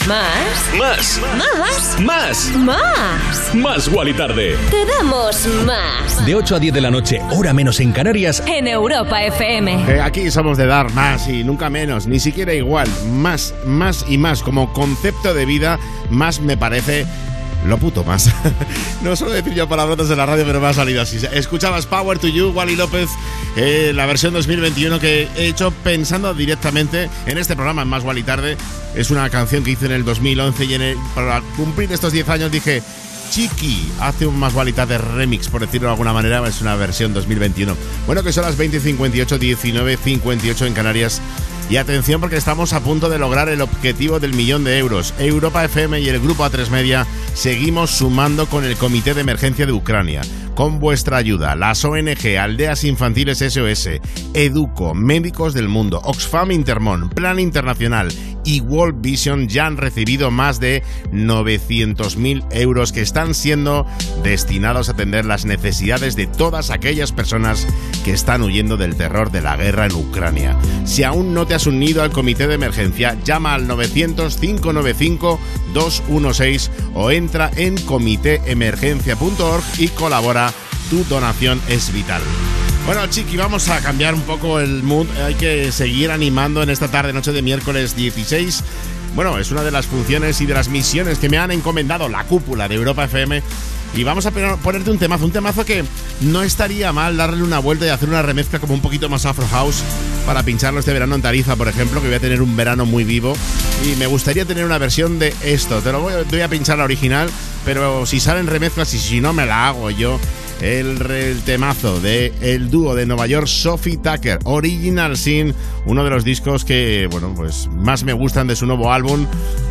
Speaker 3: Más.
Speaker 2: Más.
Speaker 3: Más.
Speaker 2: Más.
Speaker 3: Más.
Speaker 2: Más Wally Tarde.
Speaker 3: Te damos más.
Speaker 2: De ocho a diez de la noche, hora menos en Canarias.
Speaker 3: En Europa F M.
Speaker 4: Eh, aquí somos de dar más y nunca menos, ni siquiera igual. Más, más y más. Como concepto de vida, más me parece lo puto más. No suelo decir yo palabrotas en la radio, pero me ha salido así. Escuchabas Power to You, Wally López, eh, la versión dos mil veintiuno que he hecho pensando directamente en este programa, en Más Wally Tarde. Es una canción que hice en el dos mil once y en el, para cumplir estos diez años dije: Chiqui, hace un Más Wally Tarde remix, por decirlo de alguna manera. Es una versión dos mil veintiuno. Bueno, que son las veinte cincuenta y ocho, diecinueve cincuenta y ocho en Canarias. Y atención, porque estamos a punto de lograr el objetivo del millón de euros. Europa F M y el Grupo A tres Media seguimos sumando con el Comité de Emergencia de Ucrania. Con vuestra ayuda, las O N G, Aldeas Infantiles S O S, Educo, Médicos del Mundo, Oxfam Intermón, Plan Internacional y World Vision ya han recibido más de novecientos mil euros que están siendo destinados a atender las necesidades de todas aquellas personas que están huyendo del terror de la guerra en Ucrania. Si aún no te has unido al Comité de Emergencia, llama al novecientos, cinco nueve cinco, dos uno seis o entra en comité emergencia punto org y colabora. Tu donación es vital. Bueno, Chiqui, vamos a cambiar un poco el mood. Hay que seguir animando en esta tarde, noche de miércoles dieciséis. Bueno, es una de las funciones y de las misiones que me han encomendado la cúpula de Europa F M. Y vamos a ponerte un temazo, un temazo que no estaría mal darle una vuelta y hacer una remezcla como un poquito más Afro House para pincharlo este verano en Tarifa, por ejemplo, que voy a tener un verano muy vivo. Y me gustaría tener una versión de esto. Te lo voy, voy a pinchar la original, pero si salen remezclas y si no me la hago yo. El, el temazo de el dúo de Nueva York, Sophie Tucker, Original Sin, uno de los discos que, bueno, pues más me gustan de su nuevo álbum.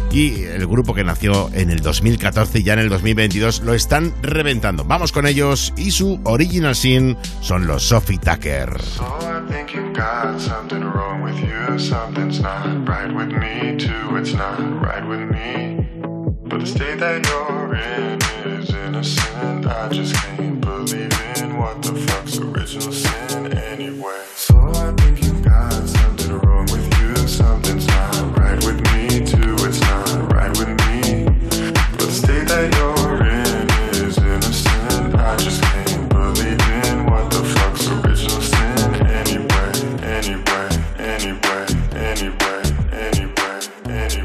Speaker 4: Y el grupo que nació en el dos mil catorce y ya en el dos mil veintidós lo están reventando. Vamos con ellos y su Original Sin son los Sophie Tucker.
Speaker 1: So I think you've got something wrong with you. Something's not right with me too. It's not right with me. But the state that you're in is innocent. I just can't believe in what the fuck's original sin anyway. So I think you've got something wrong with you. Something's not right with me too. It's not right with me. But the state that you're in is innocent. I just can't believe in what the fuck's original sin anyway. Anyway, anyway, anyway, anyway, anyway.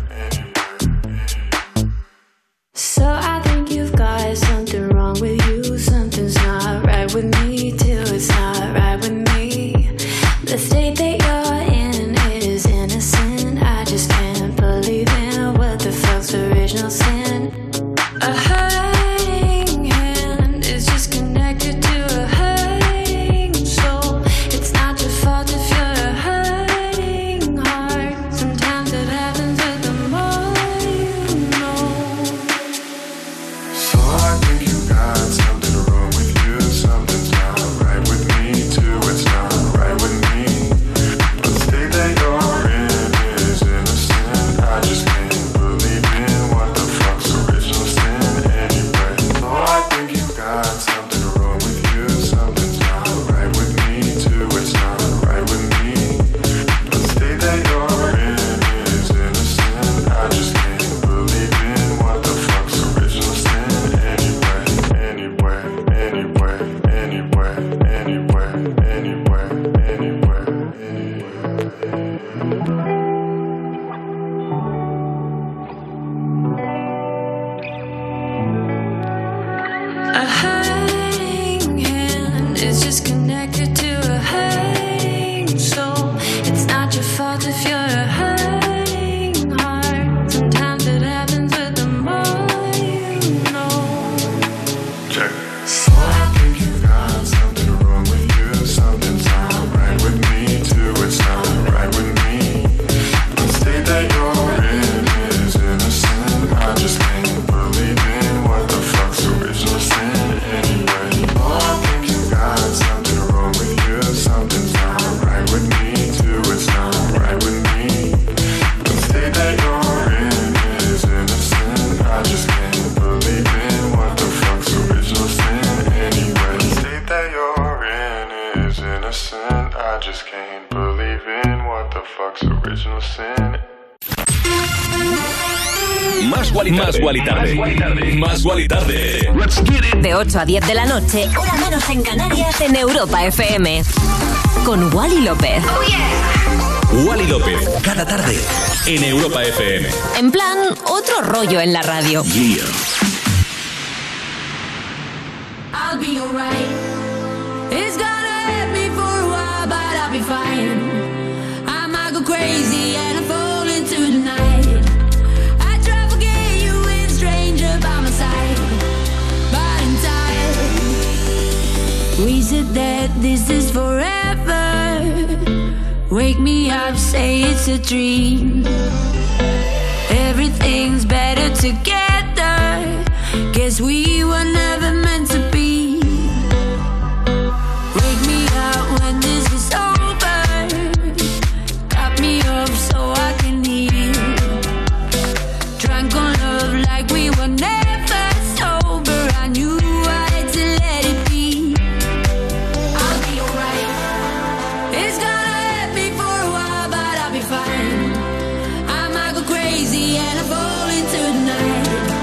Speaker 21: So I think you've got something wrong with you. Something's not right with me too. It's not right with me. The state that you're in is innocent. I just can't believe in what the fuck's original sin. A hurting hand is just connected to a hurting soul. It's not your fault if you're a hurting heart. Sometimes it happens with the more you know.
Speaker 1: So I think you got something wrong with you. Something's not right with me too. It's not right with me. But the state that you're in is innocent. I just can't believe in what the fuck's original sin anyway. So I think you got something wrong with you. Something's not right with me too. It's not right with me. But the state that you're in is innocent. I just can't believe in what the fuck's original sin anyway. Anyway, anyway, anyway, anyway, anyway, anyway,
Speaker 21: A hurting hand is just connected to a hurting soul. It's not your fault if you're a hurting heart. Sometimes it happens with the more you know.
Speaker 1: check. So I think you got something wrong with you. Something's not right with me too. It's not right with me. The state that you're in is innocent. I just can't believe in what the fuck's original sin anyway. Oh, I think you got something wrong with you. Something's not right with me too. It's not right with me. The state that you're in is innocent. I just can't believe in what the fuck's original sin anyway. The state that you're in is innocent. I just can't believe in what the fuck's original sin.
Speaker 2: Más Guali Tarde. Más Guali Tarde. Más Guali Tarde.
Speaker 3: De ocho a diez de la noche, hora menos en Canarias, en Europa F M. Con Wally López.
Speaker 2: Oh, yeah. Wally López, cada tarde, en Europa F M.
Speaker 3: En plan, otro rollo en la radio.
Speaker 2: Yeah.
Speaker 21: I'll be alright. It's gonna hurt me for a while, but I'll be fine. I might go crazy and I fall into the night. I try to forget you with a stranger by my side, but in time we said that this is forever. Wake me up, say it's a dream. Everything's better together. Guess we were never meant to be. Wake me up when this is over. Cut me up so I can heal. Drunk on love like we were never sober. I knew I had to let it be. I'll be alright. It's gonna hurt me for a while, but I'll be fine. I might go crazy and I fall into the night.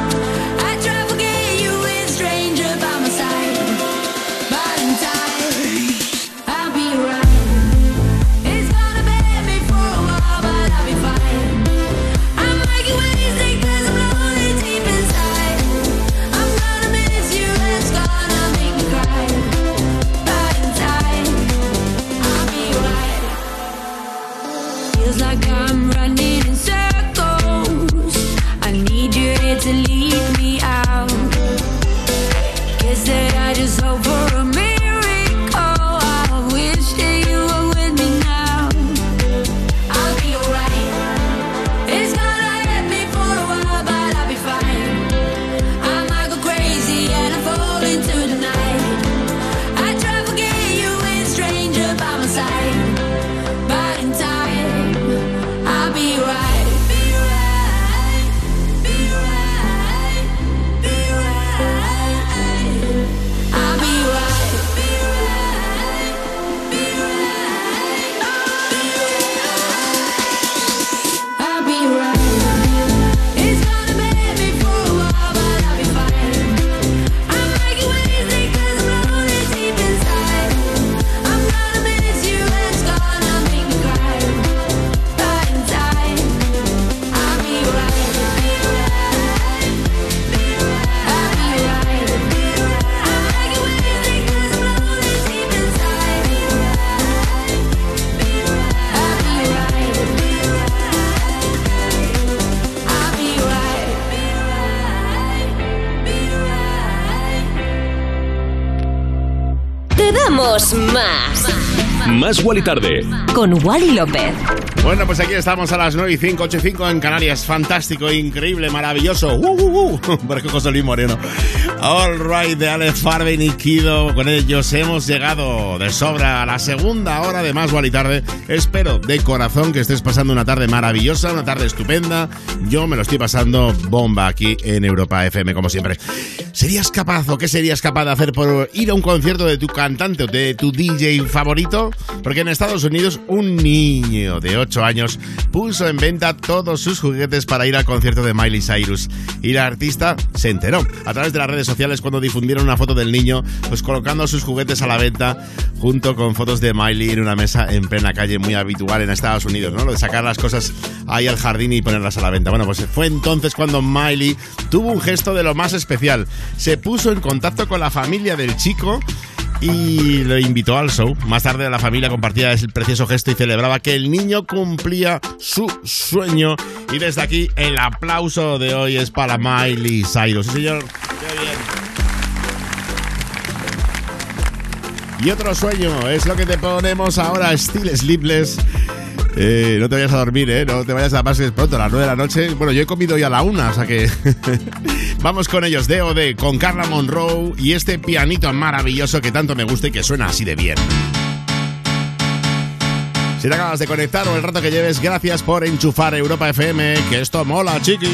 Speaker 21: To lead me out. Guess that I just hope for a miracle. I wish that you were with me now. I'll be alright. It's gonna hurt me for a while, but I'll be fine. I might go crazy and I fall into the night. I try to forget you with a stranger by my side, but in time I'll be right.
Speaker 3: Más.
Speaker 2: Más Wally Tarde.
Speaker 3: Con Wally López.
Speaker 4: Bueno, pues aquí estamos a las nueve y cinco, ocho y cinco en Canarias. Fantástico, increíble, maravilloso. Uh, uh, uh. Parezco José Luis Moreno. All Right de Alex Farben y Kido. Con ellos hemos llegado de sobra a la segunda hora de Más Wally Tarde. Espero de corazón que estés pasando una tarde maravillosa, una tarde estupenda. Yo me lo estoy pasando bomba aquí en Europa F M, como siempre. ¿Serías capaz o qué serías capaz de hacer por ir a un concierto de tu cantante o de tu D J favorito? Porque en Estados Unidos un niño de ocho años puso en venta todos sus juguetes para ir al concierto de Miley Cyrus. Y la artista se enteró a través de las redes sociales cuando difundieron una foto del niño pues colocando sus juguetes a la venta junto con fotos de Miley en una mesa en plena calle, muy habitual en Estados Unidos, ¿no? Lo de sacar las cosas ahí al jardín y ponerlas a la venta. Bueno, pues fue entonces cuando Miley tuvo un gesto de lo más especial. Se puso en contacto con la familia del chico y lo invitó al show. Más tarde la familia compartía el precioso gesto y celebraba que el niño cumplía su sueño. Y desde aquí el aplauso de hoy es para Miley Cyrus. Sí, señor. Qué bien. Y otro sueño es lo que te ponemos ahora, Still Sleepless. Eh, no te vayas a dormir, ¿eh? No te vayas a pasar pronto, a las nueve de la noche. Bueno, yo he comido ya a la una, o sea que... Vamos con ellos, D O D, con Carla Monroe y este pianito maravilloso que tanto me gusta y que suena así de bien. Si te acabas de conectar o el rato que lleves, gracias por enchufar Europa F M, que esto mola, chiqui.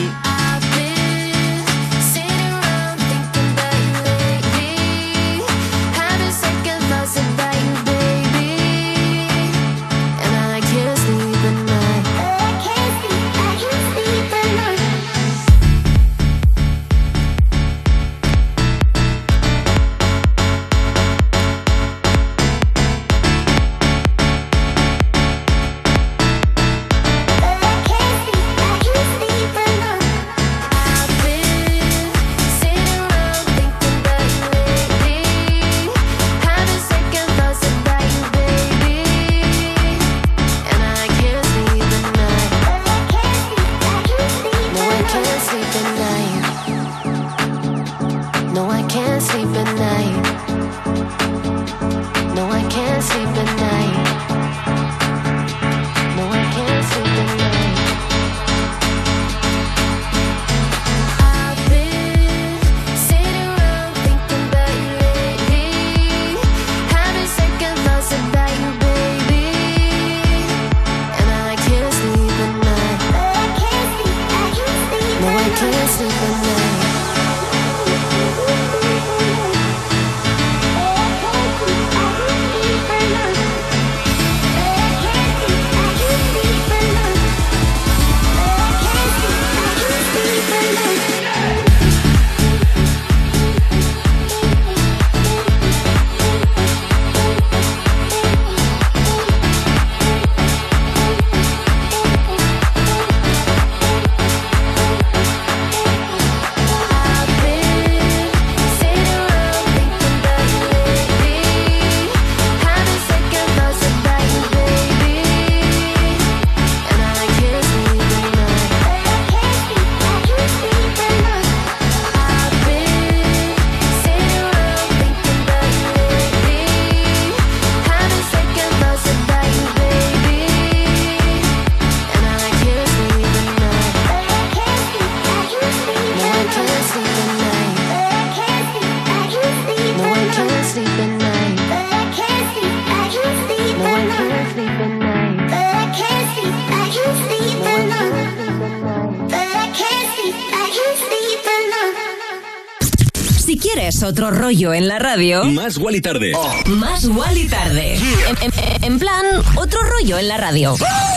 Speaker 3: ¿Quieres otro rollo en la radio?
Speaker 2: Más Wally Tarde.
Speaker 3: Más Wally Tarde. En, en- en plan, otro rollo en la radio.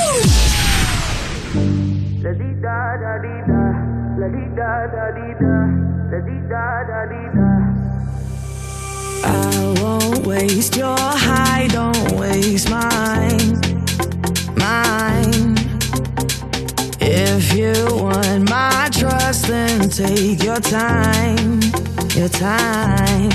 Speaker 8: I won't waste your high, don't waste mine, mine. If you want my trust, then take your time, your time.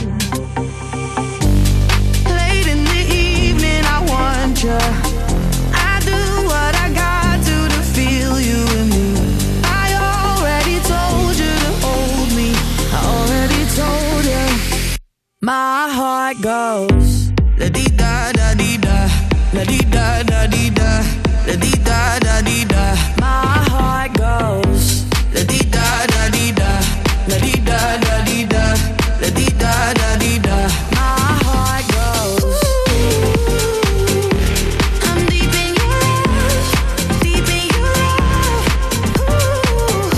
Speaker 8: Late in the evening, I want you. I do what I got to to feel you in me. I already told you to hold me. I already told you. My heart goes la di da da di da, la di da da di da, la di da da di da. My heart goes la di da da di da, la di da da di da, la di da da di da. My heart goes. I'm deep in your love, deep in your love.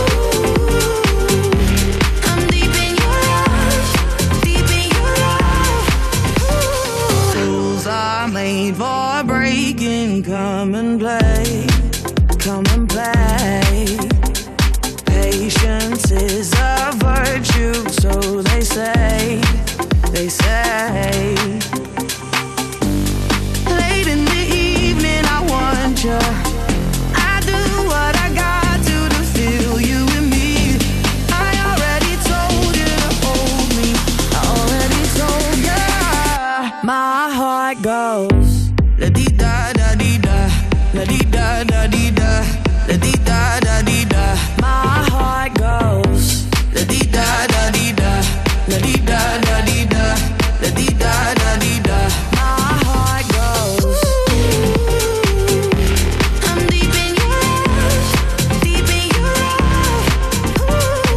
Speaker 8: I'm deep in your love, deep in your love. Rules are made for breaking. Come and play, come and play. Patience is a virtue, so they say, they say. Late in the evening, I want you. I do what I got to to feel you in me. I already told you to hold me. I already told you. My heart goes la di da da di da, la di da da di da, la di da da di da. My heart goes la di da da di da, la di da da di da, la di da da di da. My heart goes. I'm deep in your love, deep in your love.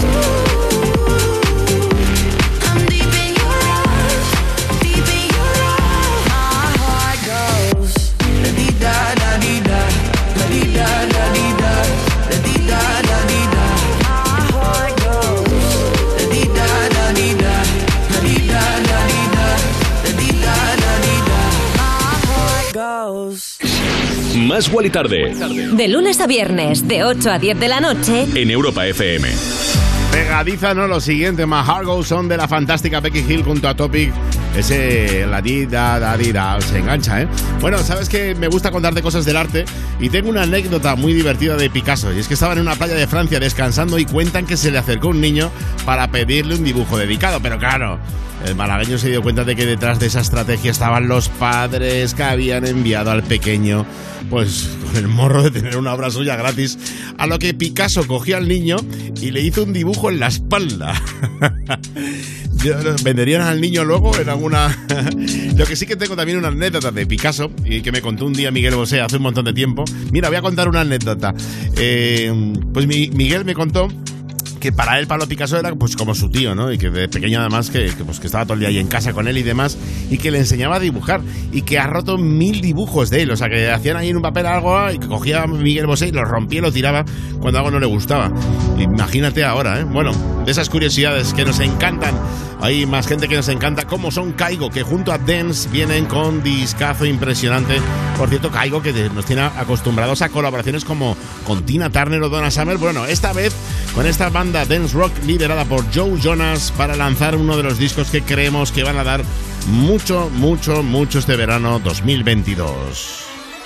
Speaker 8: I'm deep in your love, deep in your love. My heart goes la di da da di da, la di da da di da, la di da da di da. My heart goes la di da da di da, la di da da di da, la di da da di da. My heart goes.
Speaker 2: Más Wally Tarde.
Speaker 3: De lunes a viernes, de ocho a diez de la noche.
Speaker 2: En Europa F M.
Speaker 4: Pegadiza, ¿no? Lo siguiente, My Heart Goes On de la fantástica Becky Hill junto a Topic. Ese la di da da di da se engancha, ¿eh? Bueno, sabes que me gusta contarte cosas del arte y tengo una anécdota muy divertida de Picasso. Y es que estaba en una playa de Francia descansando y cuentan que se le acercó un niño para pedirle un dibujo dedicado. Pero claro, el malagueño se dio cuenta de que detrás de esa estrategia estaban los padres que habían enviado al pequeño, pues con el morro de tener una obra suya gratis. A lo que Picasso cogió al niño y le hizo un dibujo en la espalda. ¿Venderían al niño luego en alguna...? Lo que sí que tengo también una anécdota de Picasso y que me contó un día Miguel Bosé hace un montón de tiempo. Mira, voy a contar una anécdota. Eh, pues mi, Miguel me contó que para él Pablo Picasso era pues como su tío, ¿no? Y que de pequeño además que, que, pues, que estaba todo el día ahí en casa con él y demás, y que le enseñaba a dibujar y que ha roto mil dibujos de él. O sea, que hacían ahí en un papel algo y que cogía a Miguel Bosé y lo rompía y lo tiraba cuando algo no le gustaba. Imagínate ahora, ¿eh? Bueno, de esas curiosidades que nos encantan. Hay más gente que nos encanta, como son Caigo, que junto a Dance vienen con discazo impresionante. Por cierto, Caigo, que nos tiene acostumbrados a colaboraciones como con Tina Turner o Donna Summer. Bueno, esta vez con esta banda dance rock liderada por Joe Jonas para lanzar uno de los discos que creemos que van a dar mucho, mucho, mucho este verano dos mil veintidós.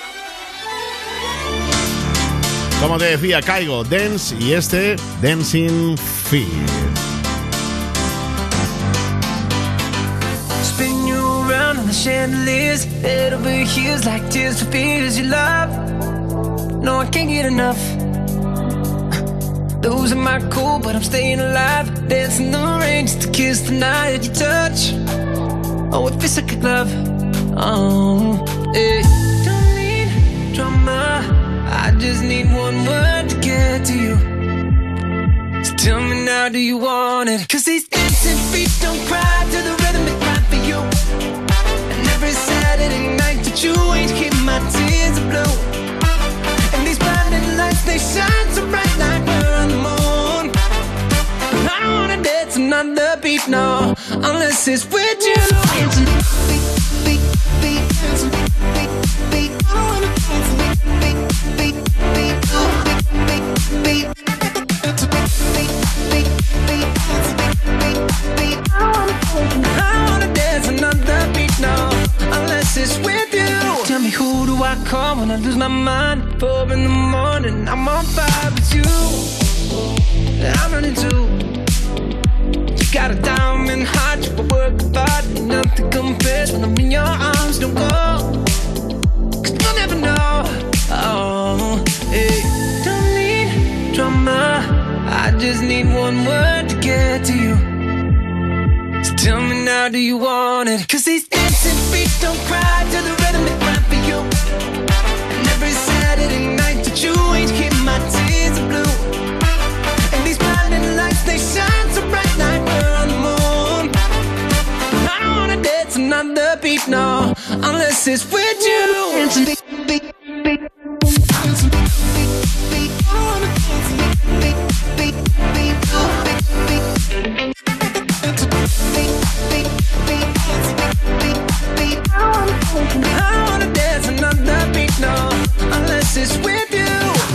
Speaker 4: Como te decía, Caigo, Dance y este Dancing Feet.
Speaker 8: Spin you around on the chandeliers, head over heels like tears for fears you love. No, I can't get enough. Losing my cool, but I'm staying alive. Dancing the rain just to kiss the night that you touch. Oh, it feels like a glove. Oh, hey. Don't need drama, I just need one word to get to you. So tell me now, do you want it? Cause these dancing feet don't cry to the rhythm they cry for you. And every Saturday night that you ain't keep my tears are blue. And these blinding lights, they shine so bright like we're on the moon. I don't wanna dance another beat. unless it's with you. I wanna dance another beat now, unless it's with you. Tell me, who do I call when I lose my mind? Four in the morning, I'm on fire with you. I'm running too. You got a diamond heart, you work hard, and nothing compares when I'm in your arms. Don't go, cause you'll never know. Oh, hey. Don't need drama, I just need one word to get to you. So tell me now, do you want it? Cause these dancing feet don't cry to the rhythm they cry for you. And every Saturday night that you ain't keep my tears are blue. And these blinding lights, they shine so bright like we're on the moon. But I don't wanna dance another beat, no, unless it's with you. Dancing beat, beat, beat. Dancing beat, beat, beat. I wanna dance beat, beat, beat, beat, beat. I wanna dance another beat, no, unless it's with you.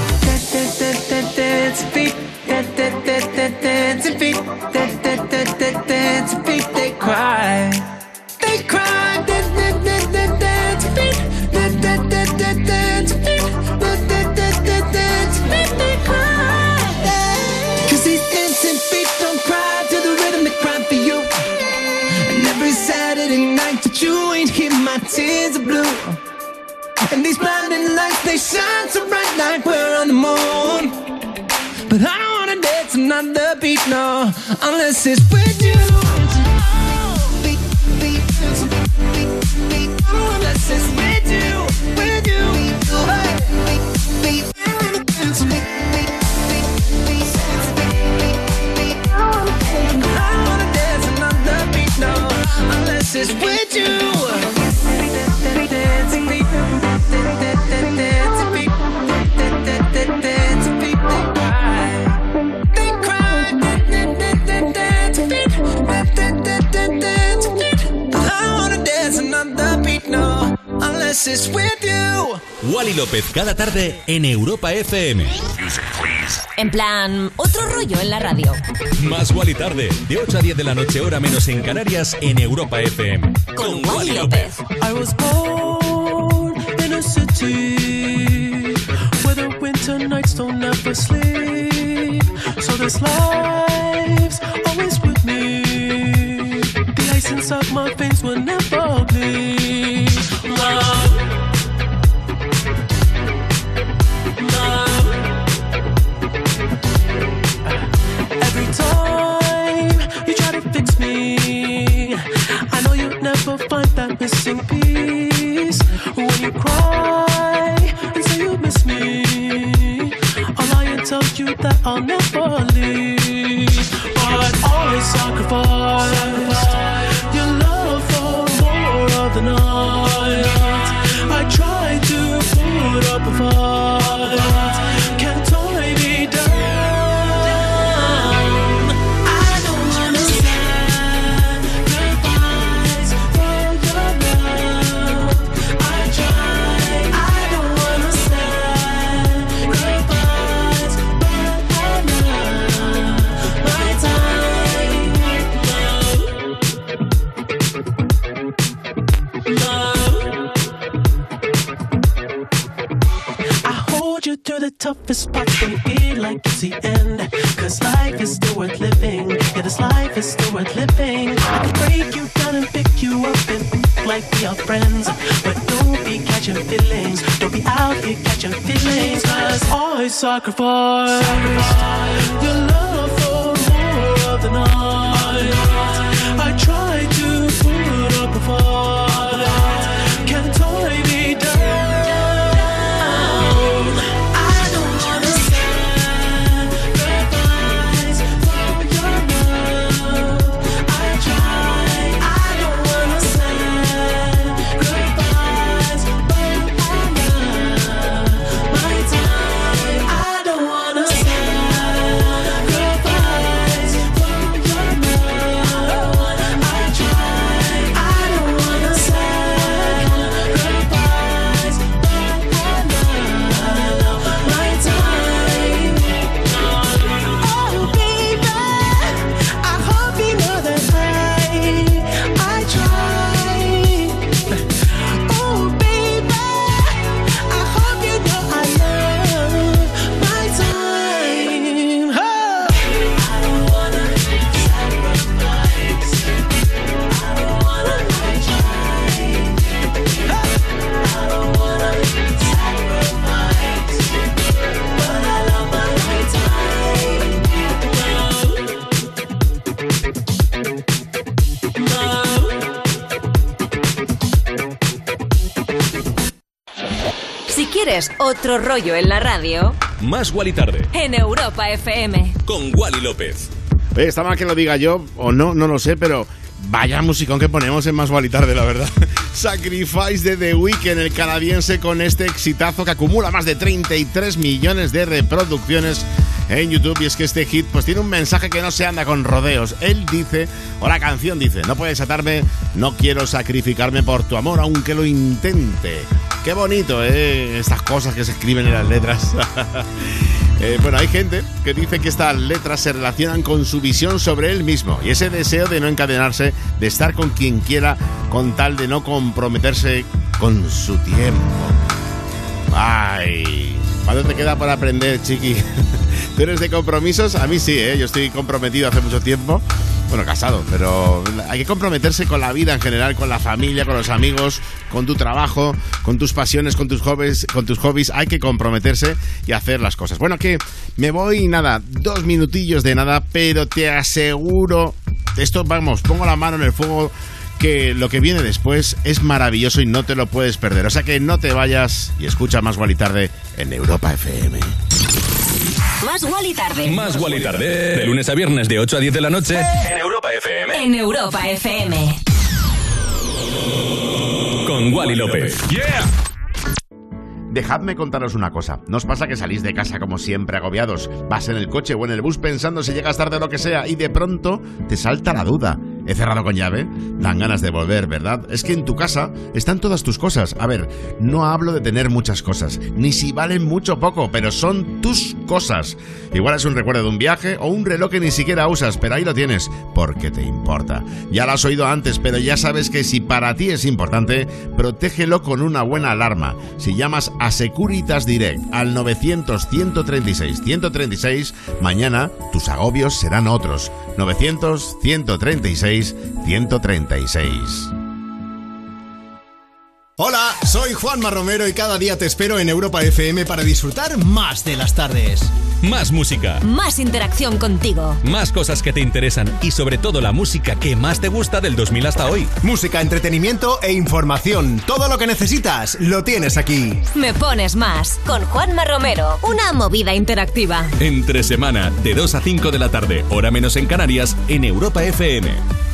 Speaker 8: Dance feet, dance feet, dance feet. They cry, they cry. Dance feet, dance feet, dance feet. They cry. 'Cause these dancing feet don't cry to the rhythm they cry for you. And every Saturday night that you ain't hear my tears are blue. And these blinding lights, they shine so bright like we're on the moon. But I don't wanna dance another beat, no, unless it's with you. Beat, beat, beat, beat, unless it's with you, with you. Hey. Beat, beat, beat, beat, beat, beat. I wanna dance another beat, no, unless it's with you. Dancing beat, dancing beat, dancing beat, they cry, they cry, dancing beat, dancing beat. I wanna dance another beat, no, unless it's with you.
Speaker 2: Wally López cada tarde en Europa F M.
Speaker 3: En plan, otro rollo en la radio.
Speaker 2: Más Wally tarde, de ocho a diez de la noche, hora menos en Canarias, en Europa F M.
Speaker 3: Con Wally López.
Speaker 8: I was born in a city where the winter nights don't ever sleep. So this life's always with me. The ice inside my veins will never bleed. Love, love. Every time you try to fix me, I know you'll never find that missing piece. When you cry and say you miss me, I'll lie and tell you that I'll never leave. But always sacrifice your love for more of the night. I try to put up a fight, can't tie me down. I don't wanna sacrifice for your love. I try, I don't wanna sacrifice for your love. My time, love, love. I hold you through the toughest parts and feel like it's the end. Cause life is still worth living. Yeah, this life is still worth living. I can break you down and pick you up and think like we are friends. But don't be catching feelings. Don't be out here catching feelings. Cause I sacrifice, sacrifice your love for more of the night. I try to put up a fight, can't tie me down. For your
Speaker 3: ¿Quieres otro rollo en la radio?
Speaker 2: Más Wally Tarde.
Speaker 3: En Europa F M.
Speaker 2: Con Wally López.
Speaker 4: Oye, está mal que lo diga yo, o no, no lo sé, pero vaya musicón que ponemos en Más Wally Tarde, la verdad. Sacrifice de The Weeknd, el canadiense, con este exitazo que acumula más de treinta y tres millones de reproducciones en YouTube. Y es que este hit pues tiene un mensaje que no se anda con rodeos. Él dice, o la canción dice: no puedes atarme, no quiero sacrificarme por tu amor, aunque lo intente. Qué bonito, ¿eh? Estas cosas que se escriben en las letras. Eh, bueno, hay gente que dice que estas letras se relacionan con su visión sobre él mismo y ese deseo de no encadenarse, de estar con quien quiera con tal de no comprometerse con su tiempo. Ay, ¿cuánto te queda por aprender, chiqui? ¿Tú eres de compromisos? A mí sí, ¿eh? Yo estoy comprometido hace mucho tiempo. Bueno, casado, pero hay que comprometerse con la vida en general, con la familia, con los amigos, con tu trabajo, con tus pasiones, con tus hobbies, con tus hobbies. Hay que comprometerse y hacer las cosas. Bueno, que me voy, nada, dos minutillos de nada, pero te aseguro, esto, vamos, pongo la mano en el fuego, que lo que viene después es maravilloso y no te lo puedes perder. O sea que no te vayas y escucha Más Wally Tarde en Europa F M.
Speaker 3: Más Wally Tarde.
Speaker 2: Más Wally Tarde. De lunes a viernes de ocho a diez de la noche en Europa F M.
Speaker 3: En Europa F M.
Speaker 2: Con Wally López.
Speaker 4: Yeah. Dejadme contaros una cosa. ¿No os pasa que salís de casa como siempre agobiados? Vas en el coche o en el bus pensando si llegas tarde o lo que sea y de pronto te salta la duda. ¿He cerrado con llave? Dan ganas de volver, ¿verdad? Es que en tu casa están todas tus cosas. A ver, no hablo de tener muchas cosas, ni si valen mucho o poco, pero son tus cosas. Igual es un recuerdo de un viaje o un reloj que ni siquiera usas, pero ahí lo tienes, porque te importa. Ya lo has oído antes, pero ya sabes que si para ti es importante, protégelo con una buena alarma. Si llamas a Securitas Direct al novecientos, ciento treinta y seis, ciento treinta y seis, mañana tus agobios serán otros. novecientos, ciento treinta y seis, ciento treinta y seis.
Speaker 5: Hola, soy Juanma Romero y cada día te espero en Europa F M para disfrutar más de las tardes.
Speaker 2: Más música.
Speaker 3: Más interacción contigo.
Speaker 2: Más cosas que te interesan y sobre todo la música que más te gusta del dos mil hasta hoy.
Speaker 5: Música, entretenimiento e información. Todo lo que necesitas lo tienes aquí.
Speaker 3: Me pones más con Juanma Romero. Una movida interactiva.
Speaker 2: Entre semana, de dos a cinco de la tarde, hora menos en Canarias, en Europa F M.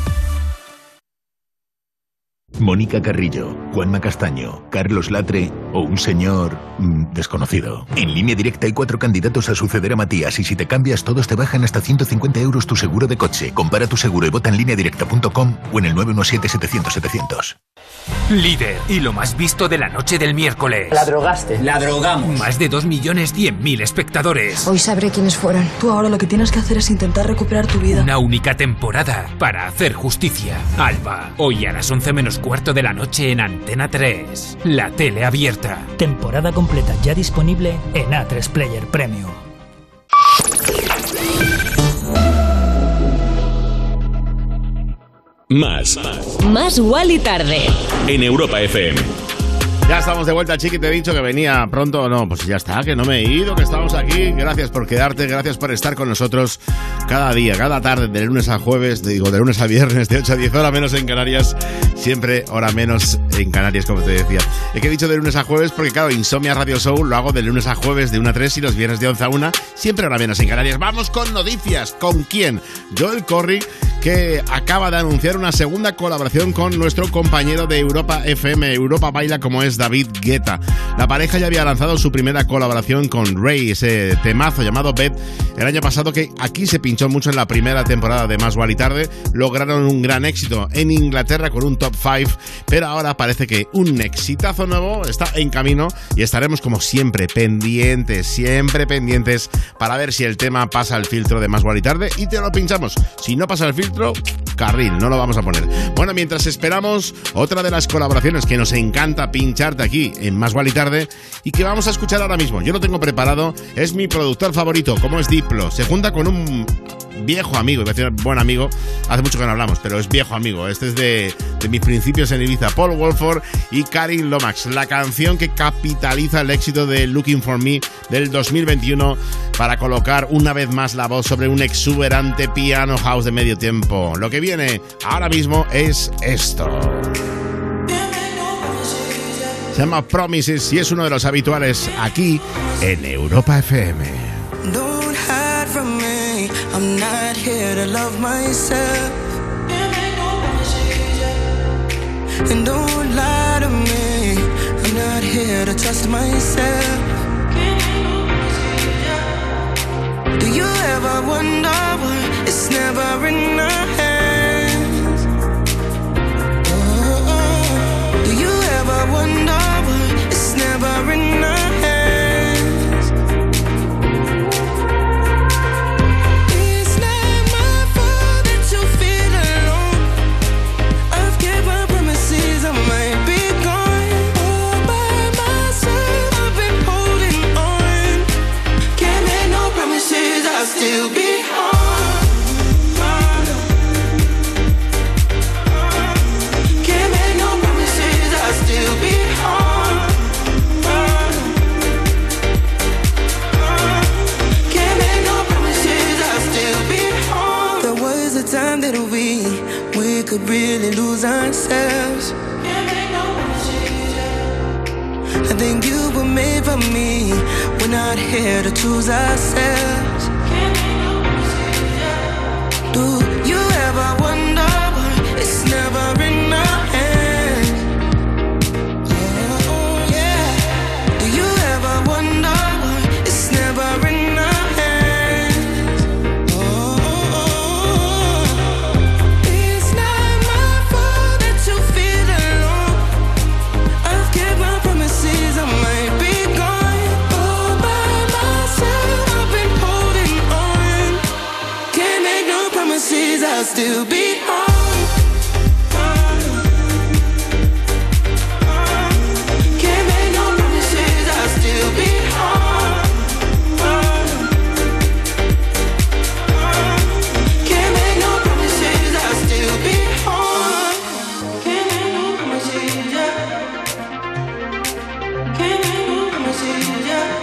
Speaker 10: Mónica Carrillo, Juanma Castaño, Carlos Latre o un señor mmm, desconocido. En Línea Directa hay cuatro candidatos a suceder a Matías y si te cambias todos te bajan hasta ciento cincuenta euros tu seguro de coche. Compara tu seguro y vota en línea directa punto com o en el nueve uno siete, setecientos, setecientos.
Speaker 17: Líder y lo más visto de la noche del miércoles.
Speaker 9: La drogaste. La drogamos.
Speaker 17: Más de dos millones cien mil espectadores.
Speaker 9: Hoy sabré quiénes fueron. Tú ahora lo que tienes que hacer es intentar recuperar tu vida.
Speaker 17: Una única temporada para hacer justicia. Alba, hoy a las once menos cuarto de la noche en Antena tres. La tele abierta.
Speaker 11: Temporada completa ya disponible en A tres Player Premium.
Speaker 2: Más.
Speaker 3: Más Wally Tarde.
Speaker 2: En Europa F M.
Speaker 4: Ya estamos de vuelta, chiqui, te he dicho que venía pronto o no, pues ya está, que no me he ido, que estamos aquí. Gracias por quedarte, gracias por estar con nosotros cada día, cada tarde, de lunes a jueves, digo, de lunes a viernes, de ocho a diez, hora menos en Canarias, siempre hora menos en Canarias, como te decía. Es que he dicho de lunes a jueves porque, claro, Insomnia Radio Show lo hago de lunes a jueves de una a tres y los viernes de once a una, siempre hora menos en Canarias. Vamos con noticias. ¿Con quién? Joel Corry, que acaba de anunciar una segunda colaboración con nuestro compañero de Europa F M, Europa Baila, como es David Guetta. La pareja ya había lanzado su primera colaboración con Ray, ese temazo llamado Bed, el año pasado, que aquí se pinchó mucho en la primera temporada de Más Wally Tarde. Lograron un gran éxito en Inglaterra con un top cinco, pero ahora parece que un exitazo nuevo está en camino y estaremos como siempre pendientes, siempre pendientes para ver si el tema pasa el filtro de Más Wally Tarde y te lo pinchamos. Si no pasa el filtro, carril, no lo vamos a poner. Bueno, mientras esperamos otra de las colaboraciones que nos encanta pincharte aquí en Más Wally Tarde y que vamos a escuchar ahora mismo. Yo lo tengo preparado, es mi productor favorito, como es Diplo. Se junta con un viejo amigo, iba a decir buen amigo, hace mucho que no hablamos, pero es viejo amigo. Este es de, de mis principios en Ibiza, Paul Wolford y Karin Lomax, la canción que capitaliza el éxito de Looking For Me del dos mil veintiuno para colocar una vez más la voz sobre un exuberante piano house de medio tiempo. Lo que viene ahora mismo es esto. Se llama Promises y es uno de los habituales aquí en Europa F M.
Speaker 8: Don't hide from me, I'm not here to love myself. And don't lie to me, I'm not here to trust myself. Do you ever wonder why it's never in our hands? Oh, do you ever wonder why it's never in our hands? It's not my fault that you feel alone. I've kept my promises, I might be gone all by myself. I've been holding on, can't make no promises, I'll still be home. Can't make no promises, I'll still be home. Can't make no promises, I'll still be home. There was a time that we, we could really lose ourselves. I think you were made for me, we're not here to choose ourselves. Do you ever wonder why it's never in our hands? Oh, yeah. Do you ever wonder why it's never in our hands? Oh, it's not my fault that you feel alone. I've kept my promises, I might be gone all by myself. I've been holding on, can't make no promises, I'll still be home. Can't make no promises, I'll still be home. Can't make no promises, I'll still be home. Can't make no promises, yeah. Can't make no promises, yeah.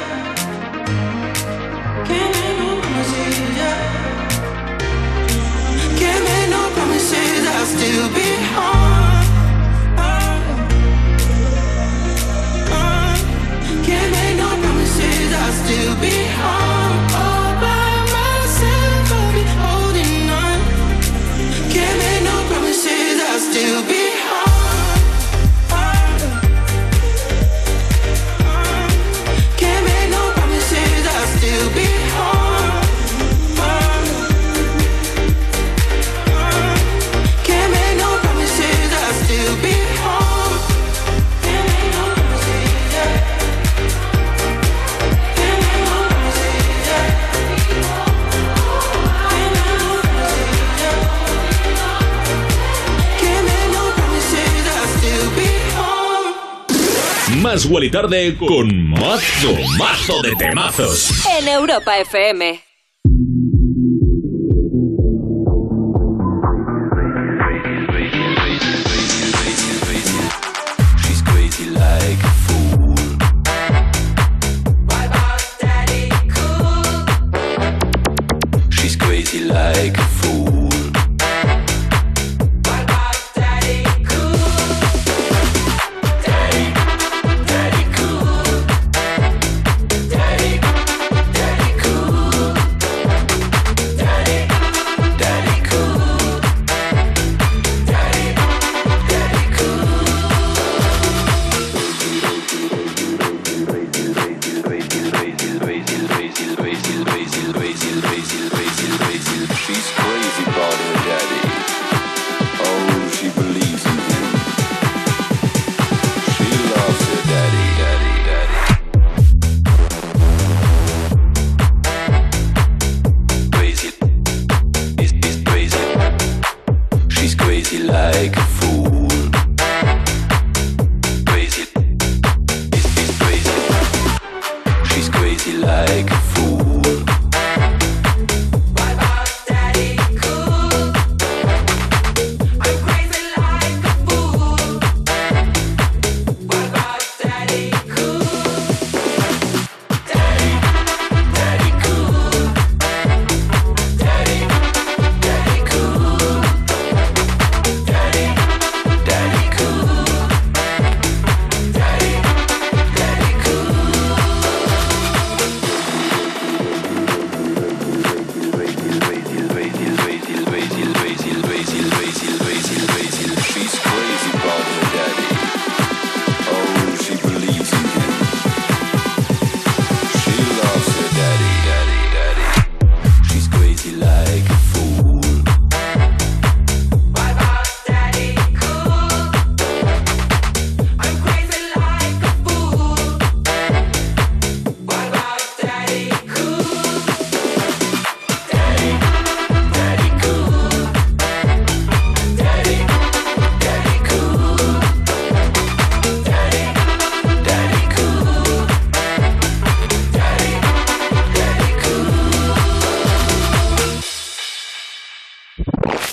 Speaker 8: Can't make no promises, yeah. Can't make no promises, I'll still be home. Can't make no promises, I'll still be home. All by myself, I'll be holding on. Can't make no promises, I'll still be home. Can't make no promises, I'll still be home. Can't make no promises, I'll still be home. Can't make no promises, yeah. Can't make no promises, yeah. Can't make no promises, yeah. Can't make no promises, I'll still be home.
Speaker 2: Más Wally Tarde con mazo, mazo de temazos.
Speaker 3: En Europa F M.
Speaker 8: She's crazy like a fool. She's crazy like a fool. Daddy, daddy cool. Daddy, daddy cool. Daddy, daddy cool. Daddy, daddy cool. She's crazy about her daddy. Oh, she believes in him. She loves her daddy, daddy, daddy. Crazy, is is crazy. She's crazy like a fool. Crazy, is is crazy. She's crazy like a fool.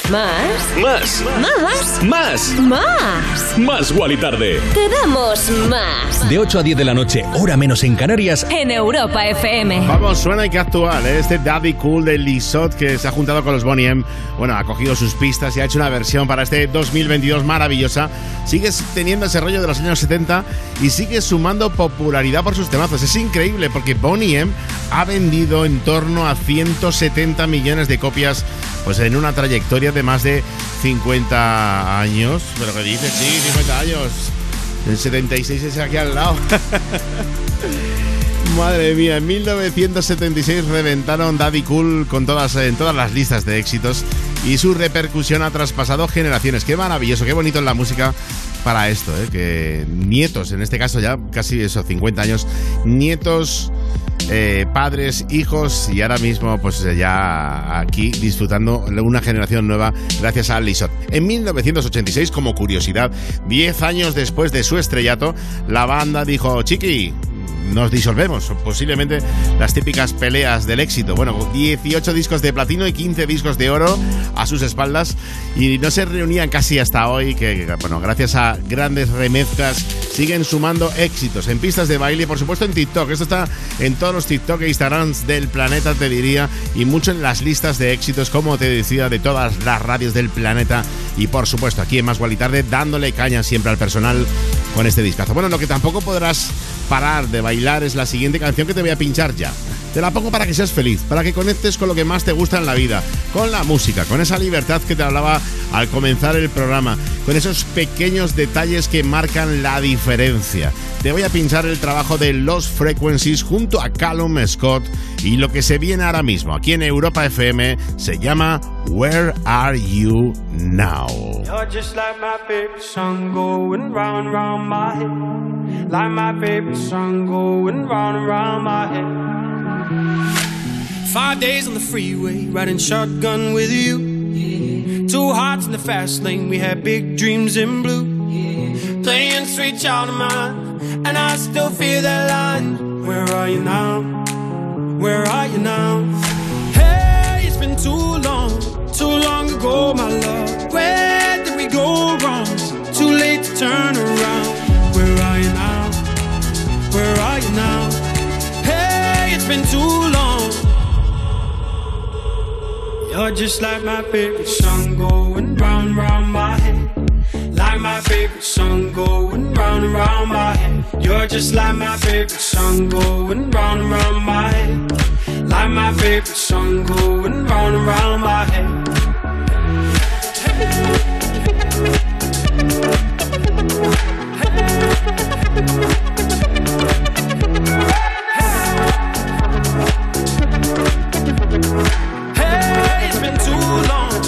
Speaker 3: Más.
Speaker 2: Más.
Speaker 3: Más.
Speaker 2: Más.
Speaker 3: Más.
Speaker 2: Más Wally Tarde.
Speaker 3: Te damos más.
Speaker 2: De ocho a diez de la noche, hora menos en Canarias.
Speaker 3: En Europa F M.
Speaker 4: Vamos, suena y que actual, ¿eh? Este Daddy Cool de Lizotte que se ha juntado con los Boney M. Bueno, ha cogido sus pistas y ha hecho una versión para este dos mil veintidós maravillosa. Sigue teniendo ese rollo de los años setenta y sigue sumando popularidad por sus temazos. Es increíble porque Boney M ha vendido en torno a ciento setenta millones de copias, pues en una trayectoria de más de cincuenta años. ¿Pero qué dices? Sí, cincuenta años. El setenta y seis es aquí al lado. Madre mía, en mil novecientos setenta y seis reventaron Daddy Cool con todas, en todas las listas de éxitos y su repercusión ha traspasado generaciones. Qué maravilloso, qué bonito es la música para esto, ¿eh? Que nietos, en este caso ya casi eso, cincuenta años, nietos, eh, padres, hijos y ahora mismo pues ya aquí disfrutando una generación nueva gracias a Lizotte. En mil novecientos ochenta y seis, como curiosidad, diez años después de su estrellato, la banda dijo: chiqui, nos disolvemos, posiblemente las típicas peleas del éxito. Bueno, dieciocho discos de platino y quince discos de oro a sus espaldas y no se reunían casi hasta hoy, que bueno, gracias a grandes remezclas siguen sumando éxitos en pistas de baile y por supuesto en TikTok. Esto está en todos los TikTok e Instagrams del planeta, te diría, y mucho en las listas de éxitos, como te decía, de todas las radios del planeta y por supuesto aquí en Más Wally Tarde dándole caña siempre al personal con este discazo. Bueno, lo que tampoco podrás parar de bailar es la siguiente canción que te voy a pinchar ya. Te la pongo para que seas feliz, para que conectes con lo que más te gusta en la vida, con la música, con esa libertad que te hablaba al comenzar el programa, con esos pequeños detalles que marcan la diferencia. Te voy a pinchar el trabajo de Lost Frequencies junto a Callum Scott y lo que se viene ahora mismo aquí en Europa F M se llama Where Are You Now?
Speaker 8: You're just like my favorite song going round, round my head. Like my favorite song going round, round my head. Five days on the freeway, riding shotgun with you. Yeah. Two hearts in the fast lane, we had big dreams in blue. Yeah. Playing sweet child of mine, and I still feel that line. Where are you now? Where are you now? Hey, it's been too long, too long ago, my love. Where did we go wrong? Too late to turn around. Where are you now? Where are you now? Hey, it's been too long. You're just like my favorite song going round, round my head. Like my favorite song going round and round my head. You're just like my favorite song going round and round my head. Like my favorite song going round and round my head. Hey, it's been too long.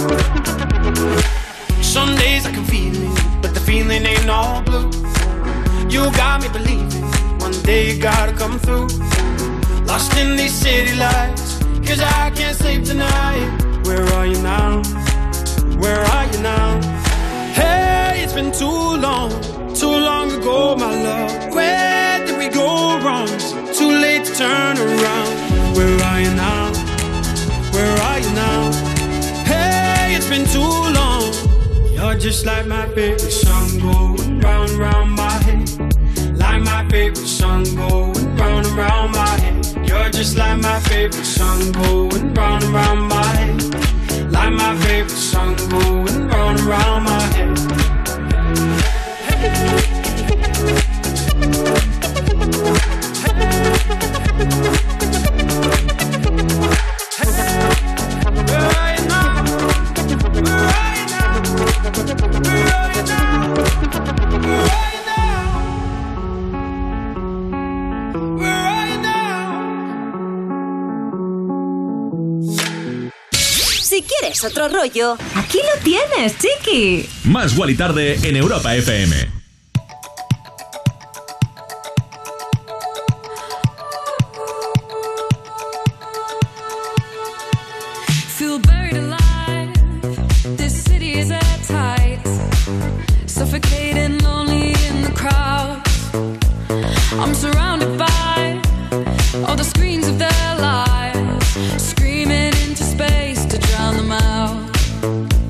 Speaker 8: Some days I can feel it, but the feeling ain't all blue. You got me believing one day you gotta come through. Lost in these city lights, cause I can't sleep tonight. Where are you now? Where are you now? Hey, it's been too long, too long ago, my love. Where did we go wrong? It's too late to turn around. Where are you now? Where are you now? Hey, it's been too long. You're just like my favorite song going round, round my head. Like my favorite song going round and round my head. You're just like my favorite song going round and round my head. Like my favorite song going round and round my head. Where are you now? Where are you now? Where are you now? Where are you now? Where are you now?
Speaker 3: Si quieres otro rollo, aquí lo tienes, chiqui.
Speaker 2: Más Wally Tarde en Europa F M.
Speaker 21: Feel buried alive. This city is at tight. Suffocating, lonely in the crowd. I'm surrounded by all the screens of their lives, screaming into space to drown them out.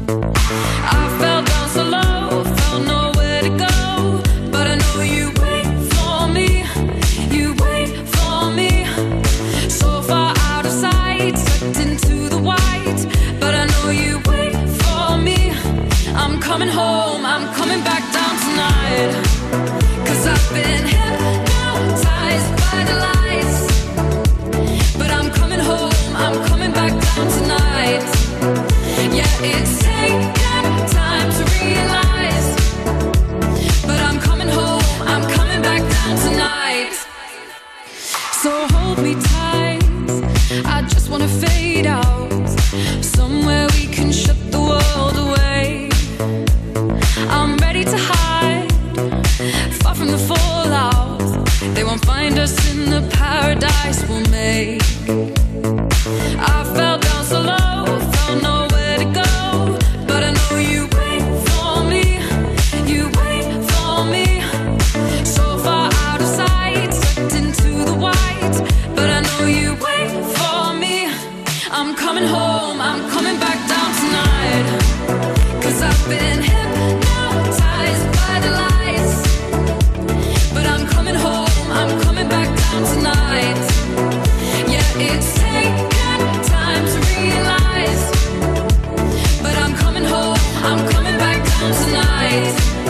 Speaker 21: this will make. I fell down so low, found nowhere to go, but I know you wait for me, you wait for me. So far out of sight, sucked into the white, but I know you wait for me. I'm coming home, I'm coming back down tonight, 'cause I've been hypnotized by the lights, but I'm coming home, I'm coming back down tonight. Yeah, it's taken time to realize, but I'm coming home, I'm coming back down tonight.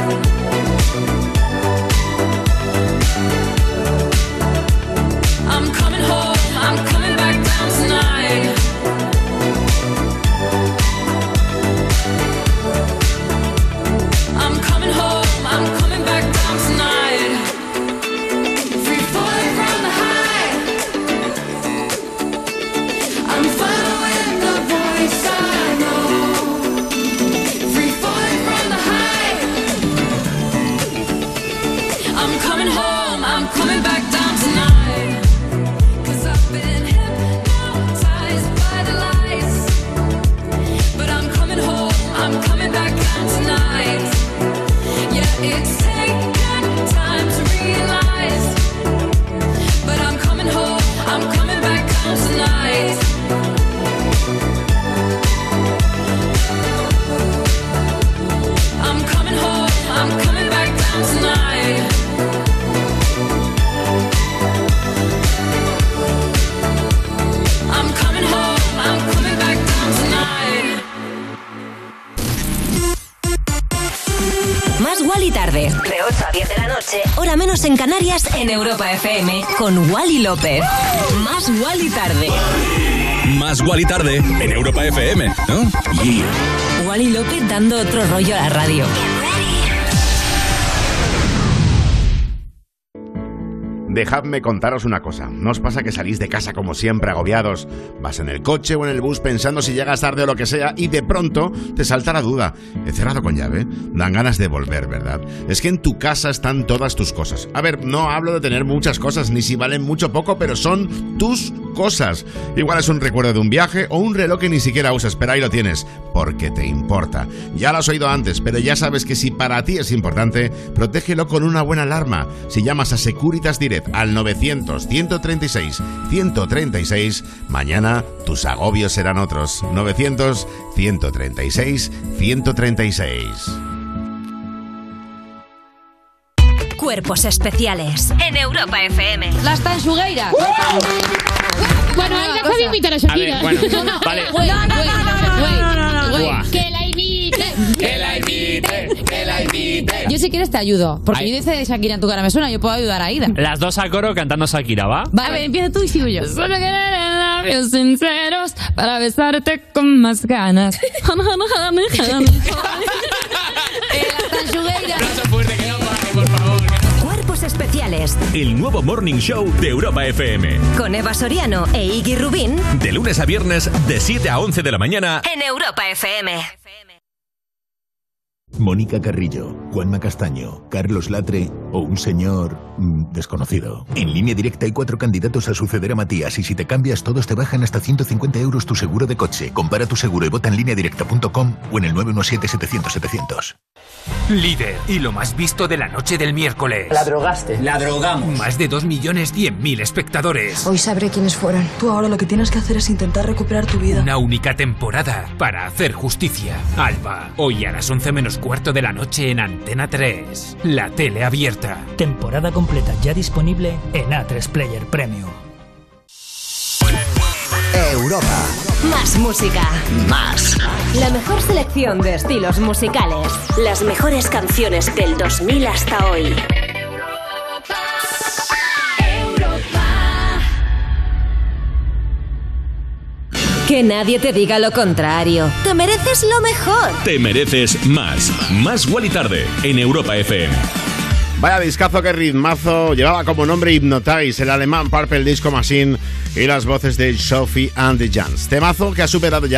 Speaker 21: I'm coming home, I'm coming back down tonight. I'm coming home, I'm coming back down tonight. Free falling from the high, I'm following the voice I know. Free falling from the high, I'm coming home, I'm coming back down tonight, 'cause I've been hypnotized by the lights, but I'm coming home, I'm coming back down tonight. Yeah, it's taken time to realize, but I'm coming home, I'm coming back down tonight. I'm coming home, I'm coming back down tonight. I'm coming home, I'm coming back down tonight.
Speaker 3: Más Wally tarde, de ocho a diez de la noche, hora menos en Canarias, en Europa F M, con Wally López. Más Wally tarde.
Speaker 2: Más Wally tarde en Europa F M, ¿no? Yeah.
Speaker 3: Wally López dando otro rollo a la radio.
Speaker 4: Dejadme contaros una cosa. ¿No os pasa que salís de casa como siempre agobiados? Vas en el coche o en el bus pensando si llegas tarde o lo que sea y de pronto te salta la duda. ¿He cerrado con llave? Dan ganas de volver, ¿verdad? Es que en tu casa están todas tus cosas. A ver, no hablo de tener muchas cosas ni si valen mucho o poco, pero son tus cosas. Igual es un recuerdo de un viaje o un reloj que ni siquiera usas, pero ahí lo tienes, porque te importa. Ya lo has oído antes, pero ya sabes que si para ti es importante, protégelo con una buena alarma. Si llamas a Securitas Direct al novecientos, ciento treinta y seis, ciento treinta y seis, mañana tus agobios serán otros. novecientos, ciento treinta y seis, ciento treinta y seis.
Speaker 3: Cuerpos especiales en Europa F M.
Speaker 6: Las tanchugueiras.
Speaker 21: Uh!
Speaker 6: Bueno, ahí déjame invitar a Shakira.
Speaker 21: A ver, bueno, vale.
Speaker 6: Güey, güey, güey,
Speaker 21: no, no, no,
Speaker 6: güey,
Speaker 21: no.
Speaker 6: que la invite.
Speaker 21: Que la invite, que la invite.
Speaker 6: Yo si quieres te ayudo, porque
Speaker 21: Ay.
Speaker 6: yo dice de Shakira en tu cara me suena, yo puedo ayudar a Aida.
Speaker 7: Las dos a coro cantando Shakira, ¿va?
Speaker 6: Vale, a ver, empieza tú y sigo yo. Solo querer labios sinceros para besarte con más ganas. eh, las tanchugueiras.
Speaker 2: No se fuerte, que no pare, por favor.
Speaker 3: Cuerpos especiales
Speaker 2: El nuevo Morning Show de Europa F M.
Speaker 3: con Eva Soriano e Iggy Rubín
Speaker 2: De lunes a viernes, de siete a once de la mañana.
Speaker 3: en Europa F M.
Speaker 10: Mónica Carrillo, Juanma Castaño, Carlos Latre o un señor mm, desconocido. En Línea Directa hay cuatro candidatos a suceder a Matías y si te cambias todos te bajan hasta ciento cincuenta euros tu seguro de coche. Compara tu seguro y vota en línea directa punto com o en el nueve uno siete, setecientos, setecientos.
Speaker 17: Líder y lo más visto de la noche del miércoles.
Speaker 12: La drogaste. La drogamos.
Speaker 17: Más de dos millones cien mil espectadores.
Speaker 9: Hoy sabré quiénes fueron. Tú ahora lo que tienes que hacer es intentar recuperar tu vida.
Speaker 17: Una única temporada para hacer justicia. Alba, hoy a las once menos cuarto de la noche en Antena tres. La tele abierta.
Speaker 11: Temporada completa ya disponible en A tres Player Premium.
Speaker 3: Europa. Más música.
Speaker 10: Más.
Speaker 3: La mejor selección de estilos musicales. Las mejores canciones del dos mil hasta hoy. Que nadie te diga lo contrario. Te mereces lo mejor.
Speaker 2: Te mereces más. Más Wally tarde en Europa F M.
Speaker 4: Vaya discazo, qué ritmazo. Llevaba como nombre Hypnotize, el alemán Purple Disco Machine y las voces de Sophie and the Jans. Temazo que ha superado ya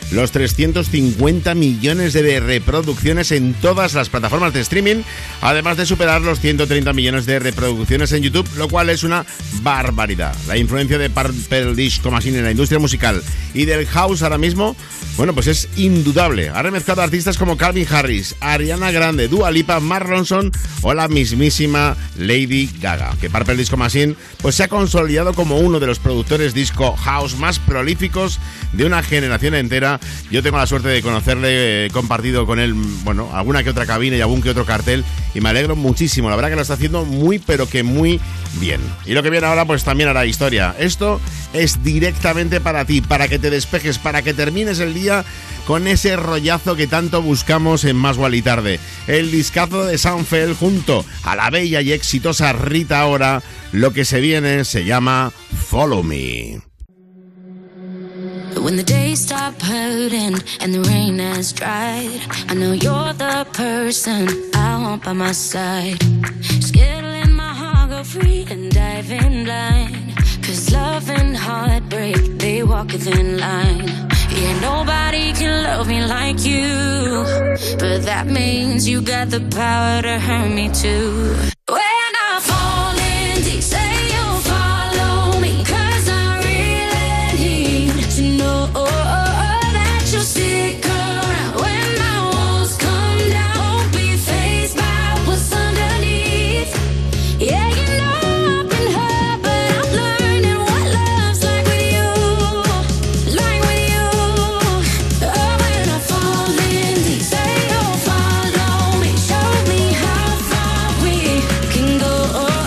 Speaker 4: los trescientos cincuenta millones de reproducciones en todas las plataformas de streaming, además de superar los ciento treinta millones de reproducciones en YouTube, lo cual es una barbaridad. La influencia de Purple Disco Machine en la industria musical y del house ahora mismo, bueno, pues es indudable. Ha remezclado artistas como Calvin Harris, Ariana Grande, Dua Lipa, Mark Ronson o la mismísima Lady Gaga, que Purple Disco Machine pues se ha consolidado como uno de los productores disco house más prolíficos de una generación entera. Yo tengo la suerte de conocerle, he compartido con él, bueno, alguna que otra cabina y algún que otro cartel, y me alegro muchísimo. La verdad que lo está haciendo muy, pero que muy bien. Y lo que viene ahora pues también hará historia. Esto es directamente para ti, para que te despejes, para que termines el día con ese rollazo que tanto buscamos en Más Guali Tarde. El discazo de Sunfell junto a la bella y exitosa Rita Ora. Lo que se viene se llama Follow Me.
Speaker 21: When the days stop hurting and the rain has dried, I know you're the person I want by my side. Scared to let my heart go free and dive in blind, 'cause love and heartbreak, they walk a thin line. Yeah, nobody can love me like you, but that means you got the power to hurt me too. When I fall in deep, say you'll follow me, 'cause I really need to know that you'll stick around. When my walls come down, won't be faced by what's underneath. Yeah, you know I've been hurt, but I'm learning what love's like with you, like with you. Oh, when I fall in deep, say you'll follow me, show me how far we can go.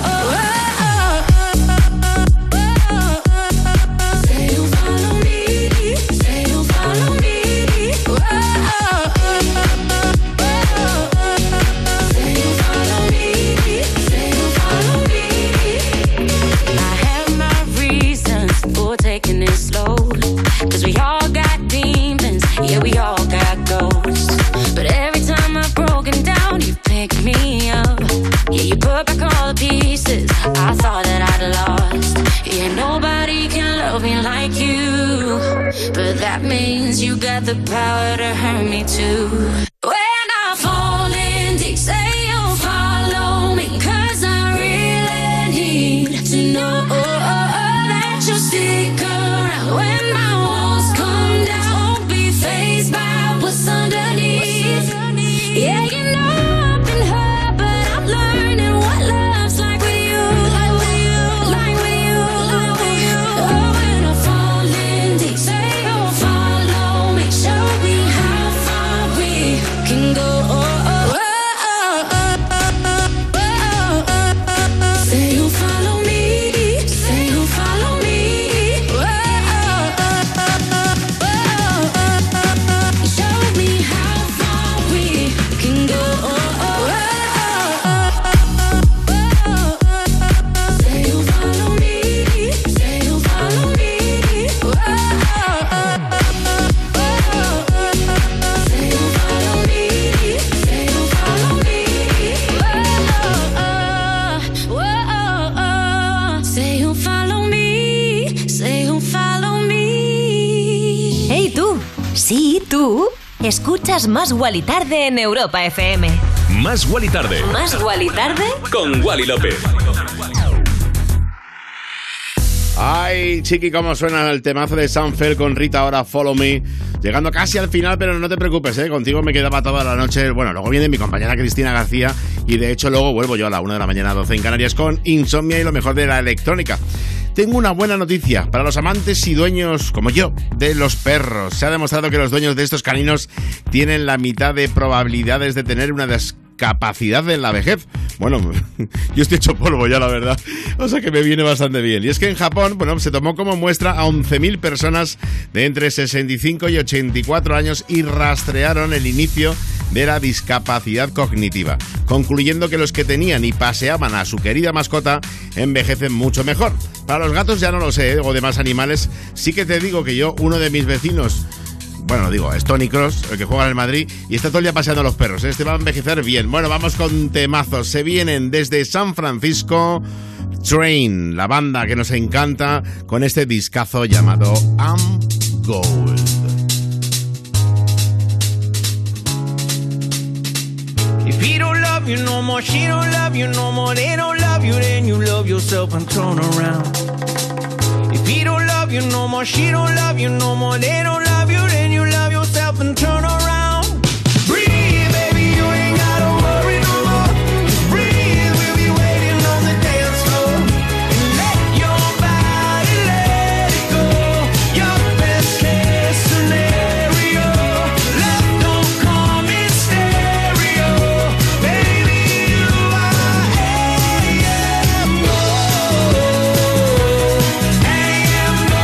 Speaker 21: Say you'll follow me, say you'll follow me. Say you'll follow me, say you'll follow me. I have my reasons for taking it slow, 'cause we all got demons, yeah, we all got ghosts. But every time I've broken down, you pick me up. Yeah, you put back all the pieces I thought that I'd lost. Yeah, nobody can love me like you, but that means you got the power to hurt me too. When I fall in deep, say you'll follow me, 'cause I really need to know that you'll stick around. When my walls come down, won't be faced by what's underneath. Yeah, you know I've been hurt, but I'm learning what love's like with you, like with you, like with you, like with you. Oh, when I fall in deep, say you'll follow me, show me how far we can go. Say you'll follow me, say you'll follow me. Show me how far we can go. Say you'll follow me, say you'll follow me. Say you'll follow me, say you'll follow me. Say you'll follow me, say you'll follow me.
Speaker 3: ¡Hey tú! Sí, tú. Escuchas Más Guali Tarde en Europa F M.
Speaker 2: Más Guali Tarde.
Speaker 3: ¿Más Guali Tarde?
Speaker 2: Con Wally López.
Speaker 4: Ay, chiqui, cómo suena el temazo de Sunfell con Rita Ora, Follow Me. Llegando casi al final, pero no te preocupes, ¿eh? Contigo me quedaba toda la noche. Bueno, luego viene mi compañera Cristina García y de hecho luego vuelvo yo a la una de la mañana, doce en Canarias, con Insomnia y lo mejor de la electrónica. Tengo una buena noticia para los amantes y dueños, como yo, de los perros. Se ha demostrado que los dueños de estos caninos tienen la mitad de probabilidades de tener una discapacidad en la vejez. Bueno, yo estoy hecho polvo ya, la verdad. O sea que me viene bastante bien. Y es que en Japón, bueno, se tomó como muestra a once mil personas de entre sesenta y cinco y ochenta y cuatro años y rastrearon el inicio de la discapacidad cognitiva, concluyendo que los que tenían y paseaban a su querida mascota envejecen mucho mejor. Para los gatos ya no lo sé, ¿eh? O demás animales, sí que te digo que yo, uno de mis vecinos, bueno, lo digo, es Tony Cross, el que juega en el Madrid, y está todo el día paseando a los perros, ¿eh? Este va a envejecer bien. Bueno, vamos con temazos. Se vienen desde San Francisco Train, la banda que nos encanta, con este discazo llamado I'm Gold.
Speaker 8: more, she don't love you no more, they don't love you, then you love yourself and turn around. If he don't love you no more, she don't love you no more, they don't love you, then you love yourself and turn around. Breathe, baby, you ain't gotta worry no more. Just breathe, we'll be waiting on the dance floor. And let your body let it go. Your best case scenario. Love don't come in stereo. Baby, you are A M O. A M O.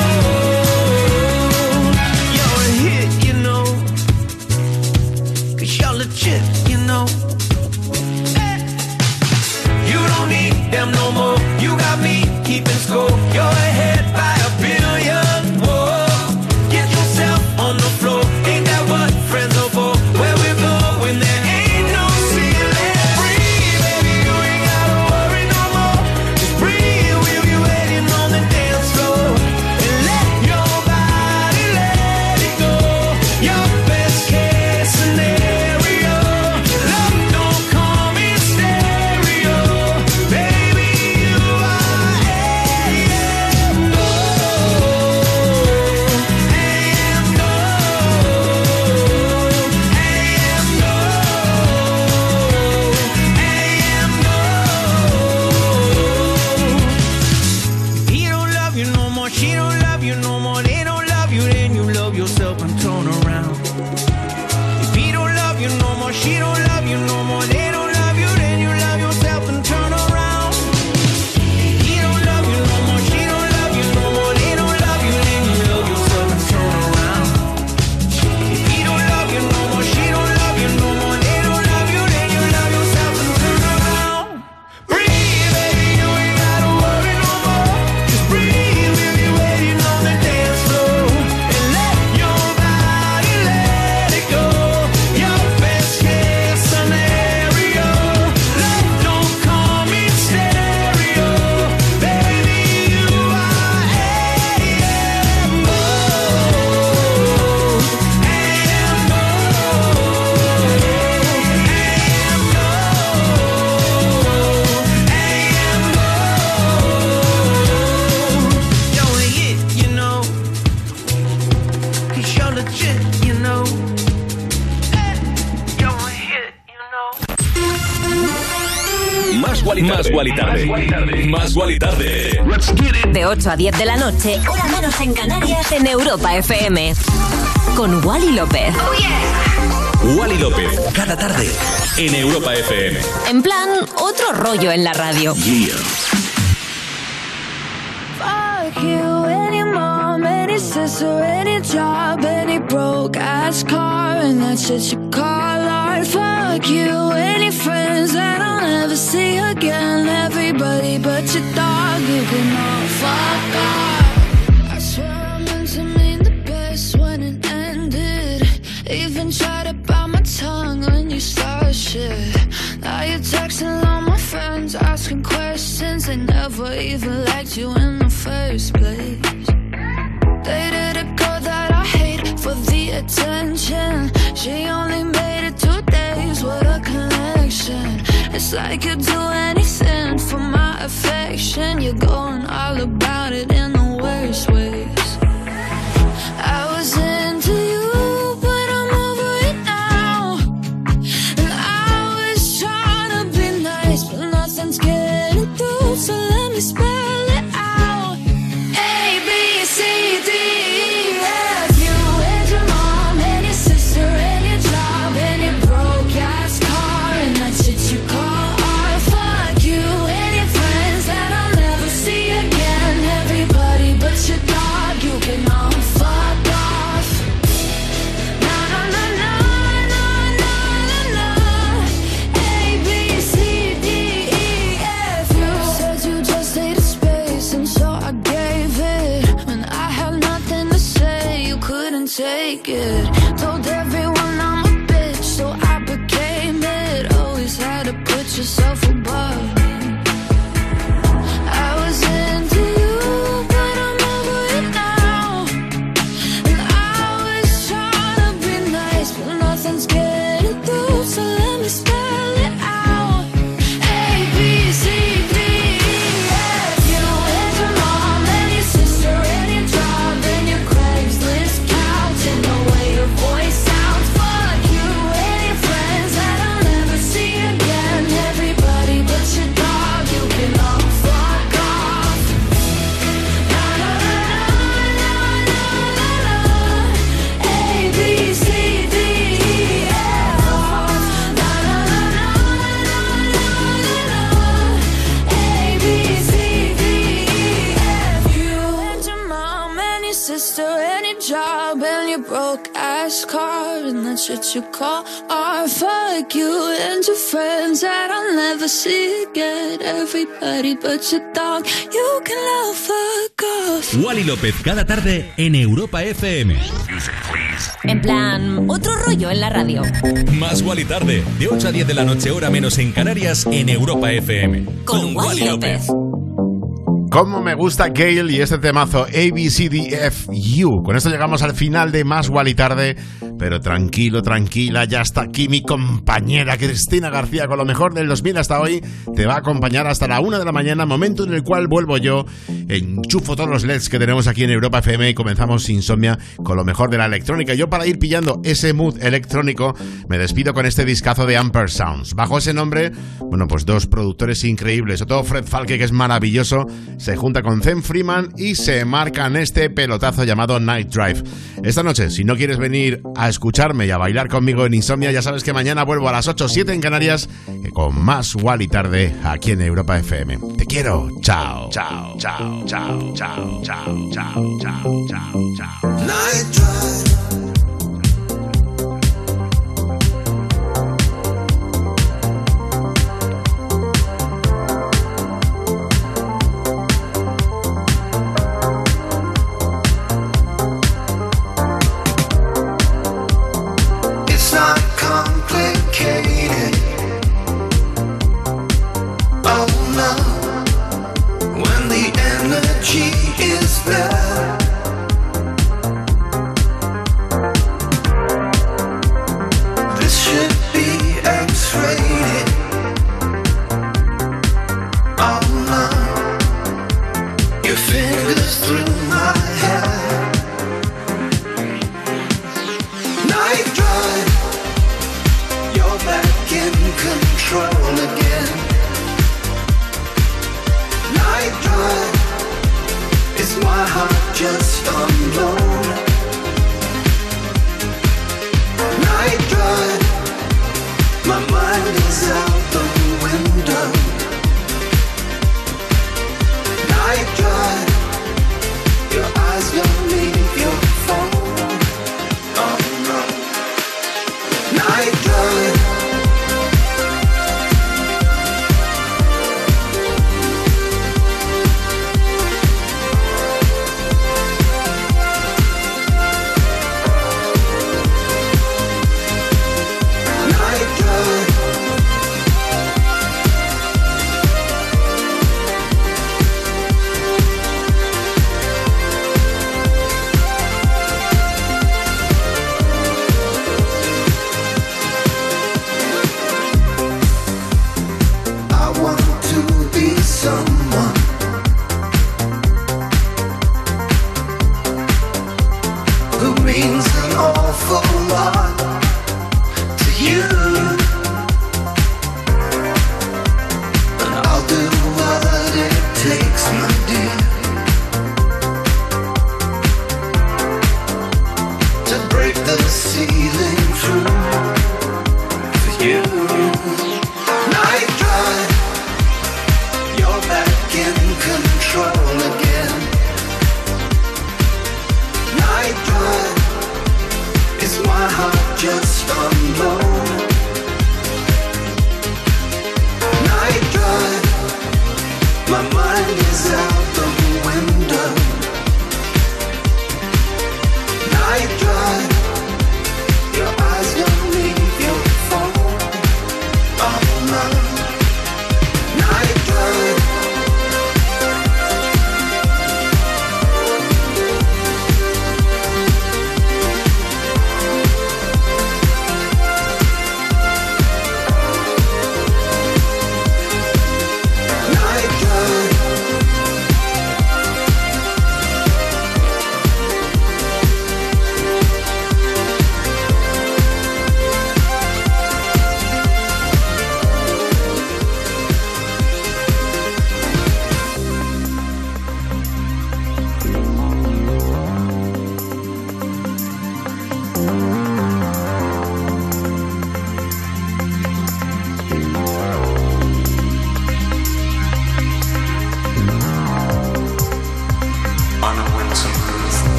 Speaker 8: You're a hit, you know. Cause you're legit, you know. Eh. You don't need them no more. You got me keeping score. You're ahead by a billion. Whoa. Get yourself on the floor. Ain't that what friends are for? Where we're going, there ain't no ceiling. Breathe, baby, you ain't gotta worry no more. Just breathe, we'll be waiting on the dance floor. And let your body let it go. Your best case scenario. Love don't come in stereo. Baby, you are A M O. A M O. A M O. If he don't love you no more, she don't love you no more, they don't love you, then you love yourself and turn around. If he don't love you no more, she don't love you no more, they don't love you, then you love yourself and turn around. If he don't love you no more, she don't love you no more, they don't love you, then you love yourself and turn around. If he don't love you no more, she don't love you no more, they don't love you, then you love yourself and turn around. Breathe, baby, you ain't gotta worry no more. Just breathe, we'll be waiting on the dance floor. And let your body let it go. Your best case scenario. Love don't come in stereo. Baby, you are A M O. A M O. You're a hit, you know. Cause you're legit, you know. Eh, You're a hit, you know.
Speaker 2: Más Guali Tarde. Más Guali Tarde. Más Guali Tarde.
Speaker 3: De ocho a diez de la noche, hora menos en Canarias, en Europa F M. Con Wally López.
Speaker 2: Wally López, cada tarde en Europa F M.
Speaker 3: En plan, otro rollo en la radio.
Speaker 21: Fuck you, any mom, any sister, any job, any broke ass car, and that's shit you call art. Fuck you, any friends that I'll never see again. Everybody but your dog, you can all fuck off. I swear I meant to mean the best when it ended. Even tried to bite my tongue when you started shit. Now you're texting all my friends, asking questions. They never even liked you in the first place. Dated a girl that I hate for the attention. She only made it two days with a connection. It's like you'd do anything for my affection. You're going all about it in the worst ways. I was into you, but I'm over it now. And I was trying to be nice, but nothing's getting through. So let me spell it out. A, B, C, D, E, F. You and your mom and your sister and your job and your broke ass car, and that shit you call art. Fuck you and your friends that I'll never see again. Everybody but your dog, you can all fuck off. Na na na na na na na na. A, B, C, D, E, F. You said you just needed space, and so I gave it. When I had nothing to say, you couldn't take it. Told everyone I'm a bitch, so I became it. Always had to put yourself above me. I was into you, but I'm over it now. And I was trying to be nice, but nothing's getting through. So let me spell it out. job and your broke ass car, and that's what you call art. Fuck you and your friends that I'll never see again. Everybody but your dog, you can love fuck off.
Speaker 2: Wally López cada tarde en Europa F M.
Speaker 3: En plan, otro rollo en la radio.
Speaker 2: Más Wally tarde, de ocho a diez de la noche, hora menos en Canarias, en Europa F M.
Speaker 3: Con, Con Wally López.
Speaker 4: Cómo me gusta Gale y este temazo A B C D F U. Con esto llegamos al final de Más Wally tarde. Pero tranquilo, tranquila, ya está aquí mi compañera Cristina García con lo mejor del dos mil hasta hoy. Te va a acompañar hasta la una de la mañana, momento en el cual vuelvo yo, enchufo todos los L E Ds que tenemos aquí en Europa F M y comenzamos Insomnia con lo mejor de la electrónica. Yo, para ir pillando ese mood electrónico, me despido con este discazo de Amper Sounds. Bajo ese nombre, bueno, pues dos productores increíbles, sobre todo Fred Falke, que es maravilloso, se junta con Zen Freeman y se marcan este pelotazo llamado Night Drive. Esta noche, si no quieres venir a escucharme y a bailar conmigo en Insomnia, ya sabes que mañana vuelvo a las ocho o siete en Canarias, que con más Wally tarde aquí en Europa F M. Te quiero. Chao. Chao. Chao. Chao. Chao. Chao. Chao. Chao. Chao. Chao.
Speaker 8: Night drive.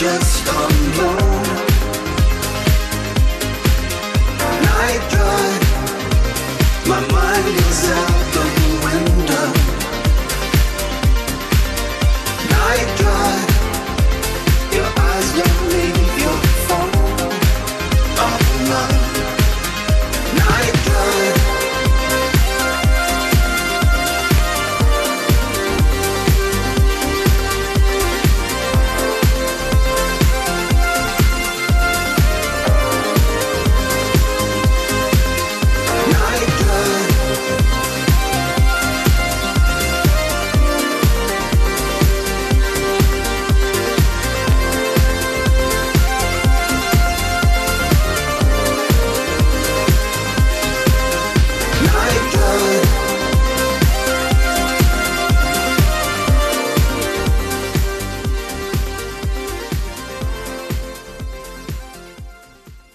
Speaker 8: just unknown. Night drive, my mind is out the window.